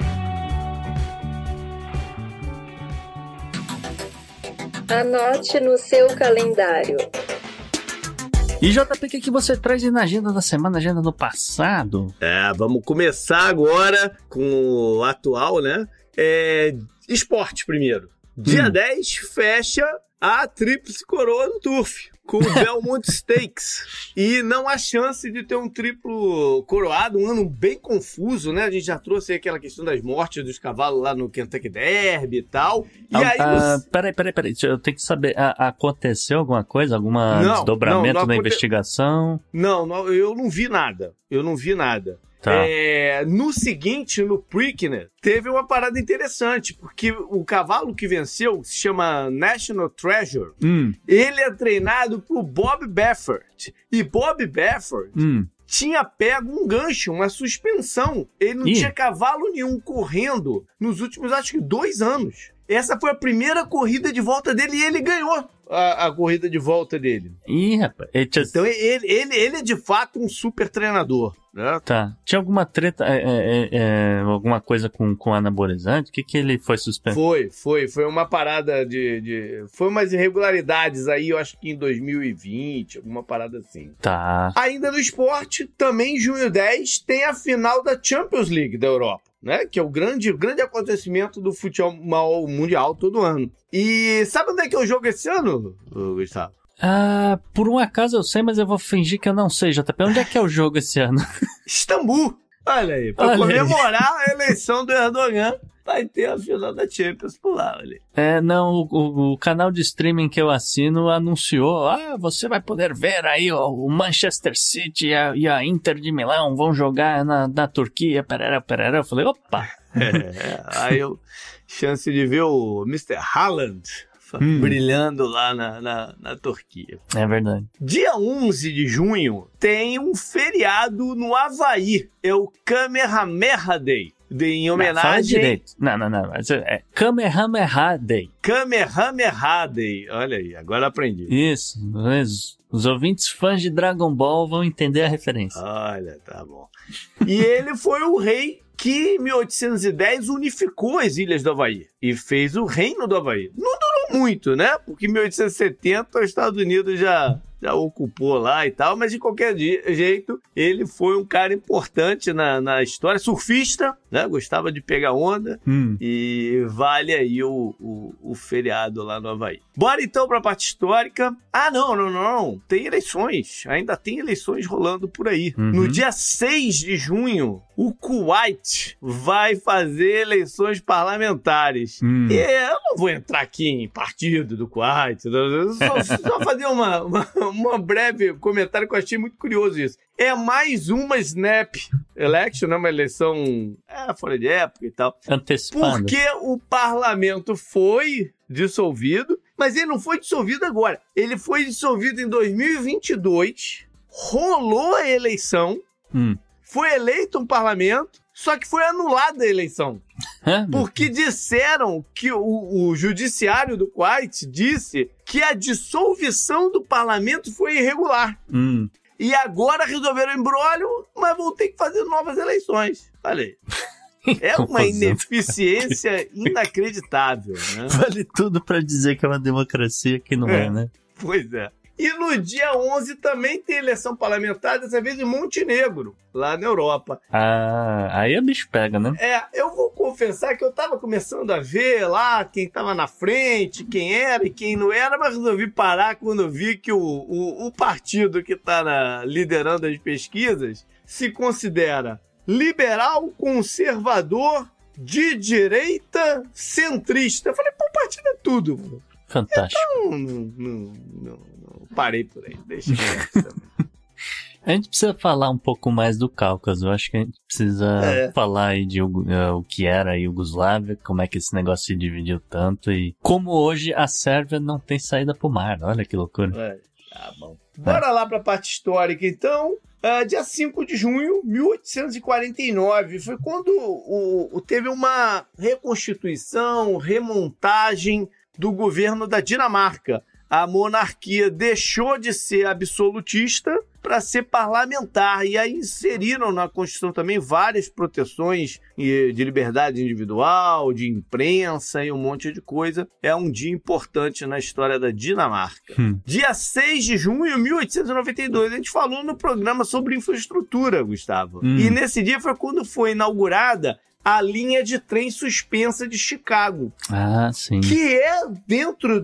Speaker 8: Anote no seu calendário.
Speaker 3: E JP, o que você traz aí na agenda da semana, agenda do passado?
Speaker 2: Vamos começar agora com o atual, né? Esporte primeiro. Dia 10 fecha a tríplice coroa do Turf, com o Belmont Stakes. E não há chance de ter um triplo coroado, um ano bem confuso, né? A gente já trouxe aí aquela questão das mortes dos cavalos lá no Kentucky Derby e tal. E aí
Speaker 3: Peraí, eu tenho que saber, aconteceu alguma coisa? Algum desdobramento da investigação?
Speaker 2: Não, eu não vi nada. Tá. No seguinte, no Preakness, teve uma parada interessante, porque o cavalo que venceu se chama National Treasure. Ele é treinado por Bob Baffert. E Bob Baffert tinha pego um gancho, uma suspensão. Ele não tinha cavalo nenhum correndo nos últimos, acho que 2 anos. Essa foi a primeira corrida de volta dele e ele ganhou a corrida de volta dele.
Speaker 3: Rapaz.
Speaker 2: Então ele é de fato um super treinador. Né?
Speaker 3: Tá. Tinha alguma treta, alguma coisa com anabolizante? O que ele foi suspenso?
Speaker 2: Foi uma parada foi umas irregularidades aí, eu acho que em 2020, alguma parada assim.
Speaker 3: Tá.
Speaker 2: Ainda no esporte, também em junho 10, tem a final da Champions League da Europa. Né? Que é o grande acontecimento do futebol mundial todo ano. E sabe onde é que é o jogo esse ano, Gustavo?
Speaker 3: Por um acaso eu sei, mas eu vou fingir que eu não sei, JP. Onde é que é o jogo esse ano?
Speaker 2: Istambul. Olha aí, pra comemorar a eleição do Erdogan, vai ter a final da Champions por lá, olha aí.
Speaker 3: Não, o canal de streaming que eu assino anunciou, você vai poder ver aí o Manchester City e a Inter de Milão vão jogar na Turquia, perera. Eu falei, opa!
Speaker 2: Aí eu, chance de ver o Mr. Haaland brilhando lá na Turquia.
Speaker 3: É verdade.
Speaker 2: Dia 11 de junho tem um feriado no Havaí, é o Kamehameha Day. Em homenagem...
Speaker 3: Fala direito. Não. É Kamehameha Day.
Speaker 2: Kamehameha Day. Olha aí, agora aprendi.
Speaker 3: Isso. Os ouvintes fãs de Dragon Ball vão entender a referência.
Speaker 2: Olha, tá bom. E ele foi o rei que, em 1810, unificou as ilhas do Havaí e fez o Reino do Havaí. Não durou muito, né? Porque em 1870 os Estados Unidos já ocupou lá e tal, mas de qualquer jeito, ele foi um cara importante na história, surfista, né? Gostava de pegar onda e vale aí o feriado lá no Havaí. Bora então para a parte histórica. Não. Tem eleições, ainda tem eleições rolando por aí. No dia 6 de junho, o Kuwait vai fazer eleições parlamentares. E eu não vou entrar aqui em partido do Kuwait, só fazer uma breve comentário que eu achei muito curioso isso. É mais uma snap election, né? Uma eleição fora de época e tal.
Speaker 3: Antecipando.
Speaker 2: Porque o parlamento foi dissolvido, mas ele não foi dissolvido agora. Ele foi dissolvido em 2022, rolou a eleição, foi eleito um parlamento, só que foi anulada a eleição. Porque disseram que o judiciário do Kuwait disse que a dissolução do parlamento foi irregular. E agora resolveram o imbróglio, mas vão ter que fazer novas eleições. Olha aí. É uma ineficiência inacreditável, né?
Speaker 3: Vale tudo pra dizer que é uma democracia que não é, né?
Speaker 2: Pois é. E no dia 11 também tem eleição parlamentar, dessa vez em Montenegro, lá na Europa.
Speaker 3: Aí a bicho pega, né?
Speaker 2: Eu vou confessar que eu tava começando a ver lá quem tava na frente, quem era e quem não era, mas resolvi parar quando eu vi que o partido que tá liderando as pesquisas se considera liberal, conservador, de direita, centrista. Eu falei, o partido é tudo, mano.
Speaker 3: Fantástico.
Speaker 2: Então, não, parei por aí, deixa eu
Speaker 3: A gente precisa falar um pouco mais do Cáucaso. Eu acho que a gente precisa falar aí de o que era a Iugoslávia, como é que esse negócio se dividiu tanto e como hoje a Sérvia não tem saída pro mar. Olha que loucura.
Speaker 2: Tá bom. Bora lá pra parte histórica, então. Dia 5 de junho de 1849, foi quando teve uma reconstituição, remontagem do governo da Dinamarca. A monarquia deixou de ser absolutista para ser parlamentar, e aí inseriram na Constituição também várias proteções de liberdade individual, de imprensa e um monte de coisa. É um dia importante na história da Dinamarca. Dia 6 de junho de 1892, a gente falou no programa sobre infraestrutura, Gustavo. E nesse dia foi quando foi inaugurada a linha de trem suspensa de Chicago.
Speaker 3: Sim.
Speaker 2: Que é, dentro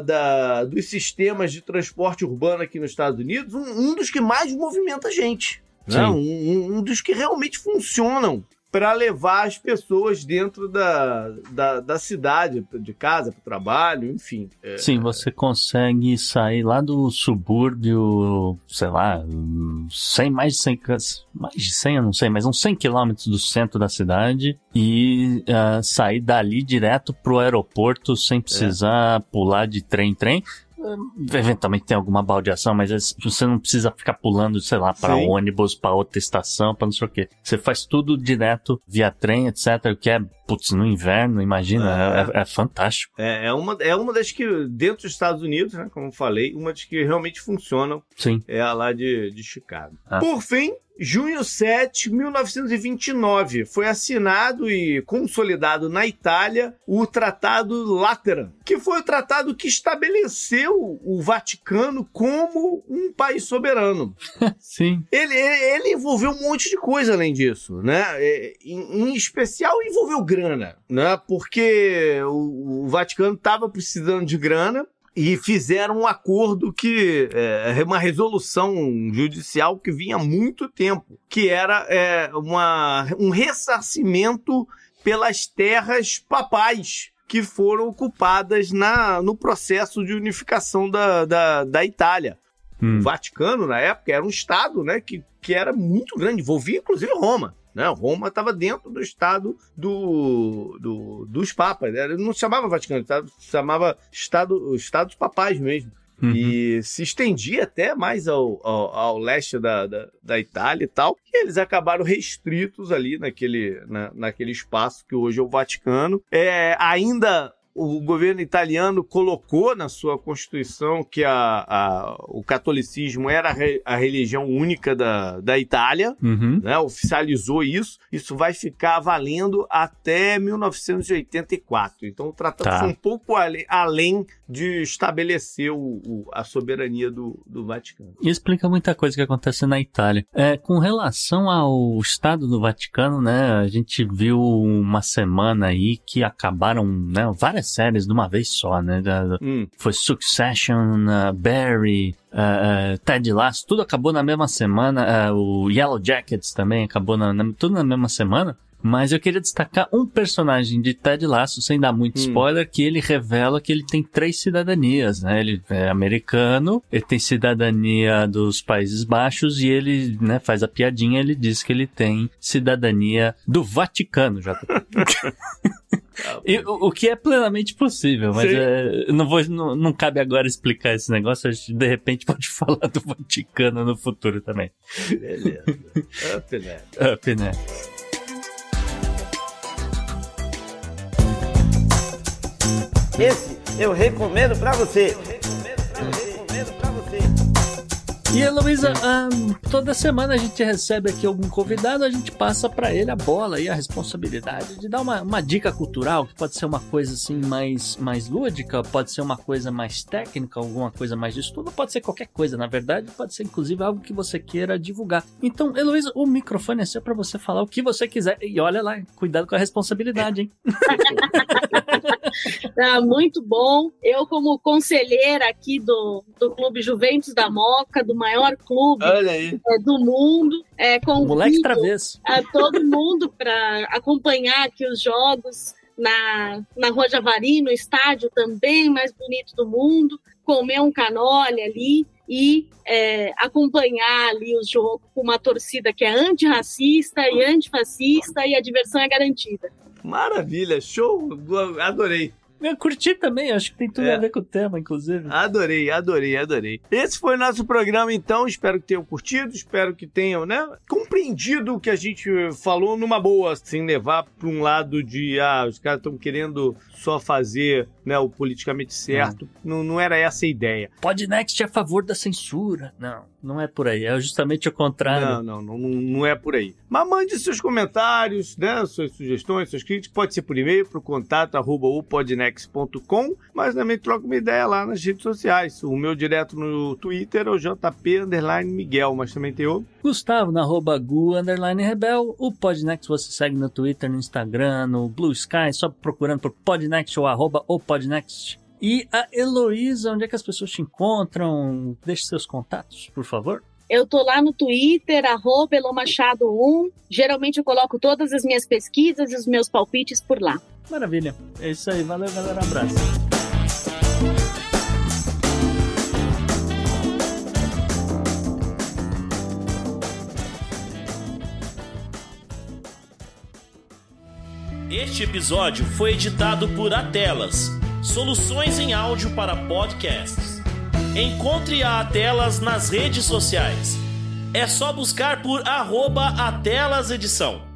Speaker 2: dos sistemas de transporte urbano aqui nos Estados Unidos, um dos que mais movimenta a gente. Né? Um dos que realmente funcionam para levar as pessoas dentro da cidade, de casa, para o trabalho, enfim.
Speaker 3: Sim, você consegue sair lá do subúrbio, sei lá, mais de 100, eu não sei, mas uns 100 quilômetros do centro da cidade e sair dali direto pro aeroporto sem precisar pular de trem em trem. Eventualmente tem alguma baldeação, mas você não precisa ficar pulando, sei lá, para ônibus, para outra estação, para não sei o quê. Você faz tudo direto via trem, etc. O que é, no inverno, imagina, é fantástico.
Speaker 2: É uma das que, dentro dos Estados Unidos, né, como eu falei, uma das que realmente funcionam.
Speaker 3: Sim.
Speaker 2: É a lá de Chicago. Por fim, junho 7 de 1929, foi assinado e consolidado na Itália o Tratado Lateran, que foi o tratado que estabeleceu o Vaticano como um país soberano.
Speaker 3: Sim.
Speaker 2: Ele envolveu um monte de coisa além disso, né? Em especial envolveu grana, né? Porque o Vaticano estava precisando de grana. e fizeram um acordo que uma resolução judicial que vinha há muito tempo, que era um ressarcimento pelas terras papais que foram ocupadas no processo de unificação da Itália. O Vaticano, na época, era um estado, né, que era muito grande, envolvia inclusive Roma. Né? Roma estava dentro do estado dos papas. Né? Não se chamava Vaticano, se chamava Estados Papais mesmo. E se estendia até mais ao leste da Itália e tal. E eles acabaram restritos ali naquele espaço que hoje é o Vaticano. Ainda o governo italiano colocou na sua Constituição que o catolicismo era a religião única da Itália, né? Oficializou isso. Isso vai ficar valendo até 1984. Então o tratado foi um pouco além de estabelecer a soberania do Vaticano.
Speaker 3: E explica muita coisa que acontece na Itália. Com relação ao Estado do Vaticano, né, a gente viu uma semana aí que acabaram, né, várias séries de uma vez só, né? Foi Succession, Barry, Ted Lasso, tudo acabou na mesma semana. O Yellow Jackets também acabou tudo na mesma semana. Mas eu queria destacar um personagem de Ted Lasso, sem dar muito spoiler, que ele revela que ele tem 3 cidadanias, né? Ele é americano, ele tem cidadania dos Países Baixos e ele, né, faz a piadinha, ele diz que ele tem cidadania do Vaticano, já. O que é plenamente possível, mas não cabe agora explicar esse negócio, a gente de repente pode falar do Vaticano no futuro também.
Speaker 2: Beleza.
Speaker 3: Up next.
Speaker 9: Esse eu recomendo pra você.
Speaker 3: E Heloísa, toda semana a gente recebe aqui algum convidado, a gente passa pra ele a bola e a responsabilidade de dar uma dica cultural, que pode ser uma coisa assim mais lúdica, pode ser uma coisa mais técnica, alguma coisa mais de estudo, pode ser qualquer coisa, na verdade, pode ser inclusive algo que você queira divulgar. Então, Heloísa, o microfone é seu pra você falar o que você quiser. E olha lá, cuidado com a responsabilidade, hein?
Speaker 4: Muito bom. Eu, como conselheira aqui do Clube Juventus da Moca, do maior clube do mundo,
Speaker 3: moleque travesso,
Speaker 4: a todo mundo para acompanhar aqui os jogos na Rua Javari, no estádio também mais bonito do mundo, comer um canole ali e acompanhar ali o jogo com uma torcida que é antirracista e antifascista, e a diversão é garantida.
Speaker 2: Maravilha, show, adorei.
Speaker 3: Eu curti também, acho que tem tudo a ver com o tema, inclusive.
Speaker 2: Adorei. Esse foi o nosso programa, então. Espero que tenham curtido, espero que tenham, né, compreendido o que a gente falou numa boa, sem levar para um lado de, os caras estão querendo só fazer, né, o politicamente certo. Não era essa a ideia.
Speaker 3: Podnext é a favor da censura. Não é por aí, é justamente o contrário.
Speaker 2: Não é por aí. Mas mande seus comentários, né, suas sugestões, suas críticas, pode ser por e-mail, pro contato@opodnext.com, mas também troca uma ideia lá nas redes sociais. O meu direto no Twitter é o JP_Miguel, mas também tem o
Speaker 3: Gustavo, na @Gu_Rebel. O Podnext você segue no Twitter, no Instagram, no Blue Sky, só procurando por Podnext ou @opodnext. E a Heloísa, onde é que as pessoas te encontram? Deixe seus contatos, por favor.
Speaker 4: Eu tô lá no Twitter, @elomachado1. Geralmente eu coloco todas as minhas pesquisas e os meus palpites por lá.
Speaker 3: Maravilha. É isso aí. Valeu, galera. Um abraço.
Speaker 1: Este episódio foi editado por Atelas, soluções em áudio para podcasts. Encontre a Atelas nas redes sociais. É só buscar por @AtelasEdição.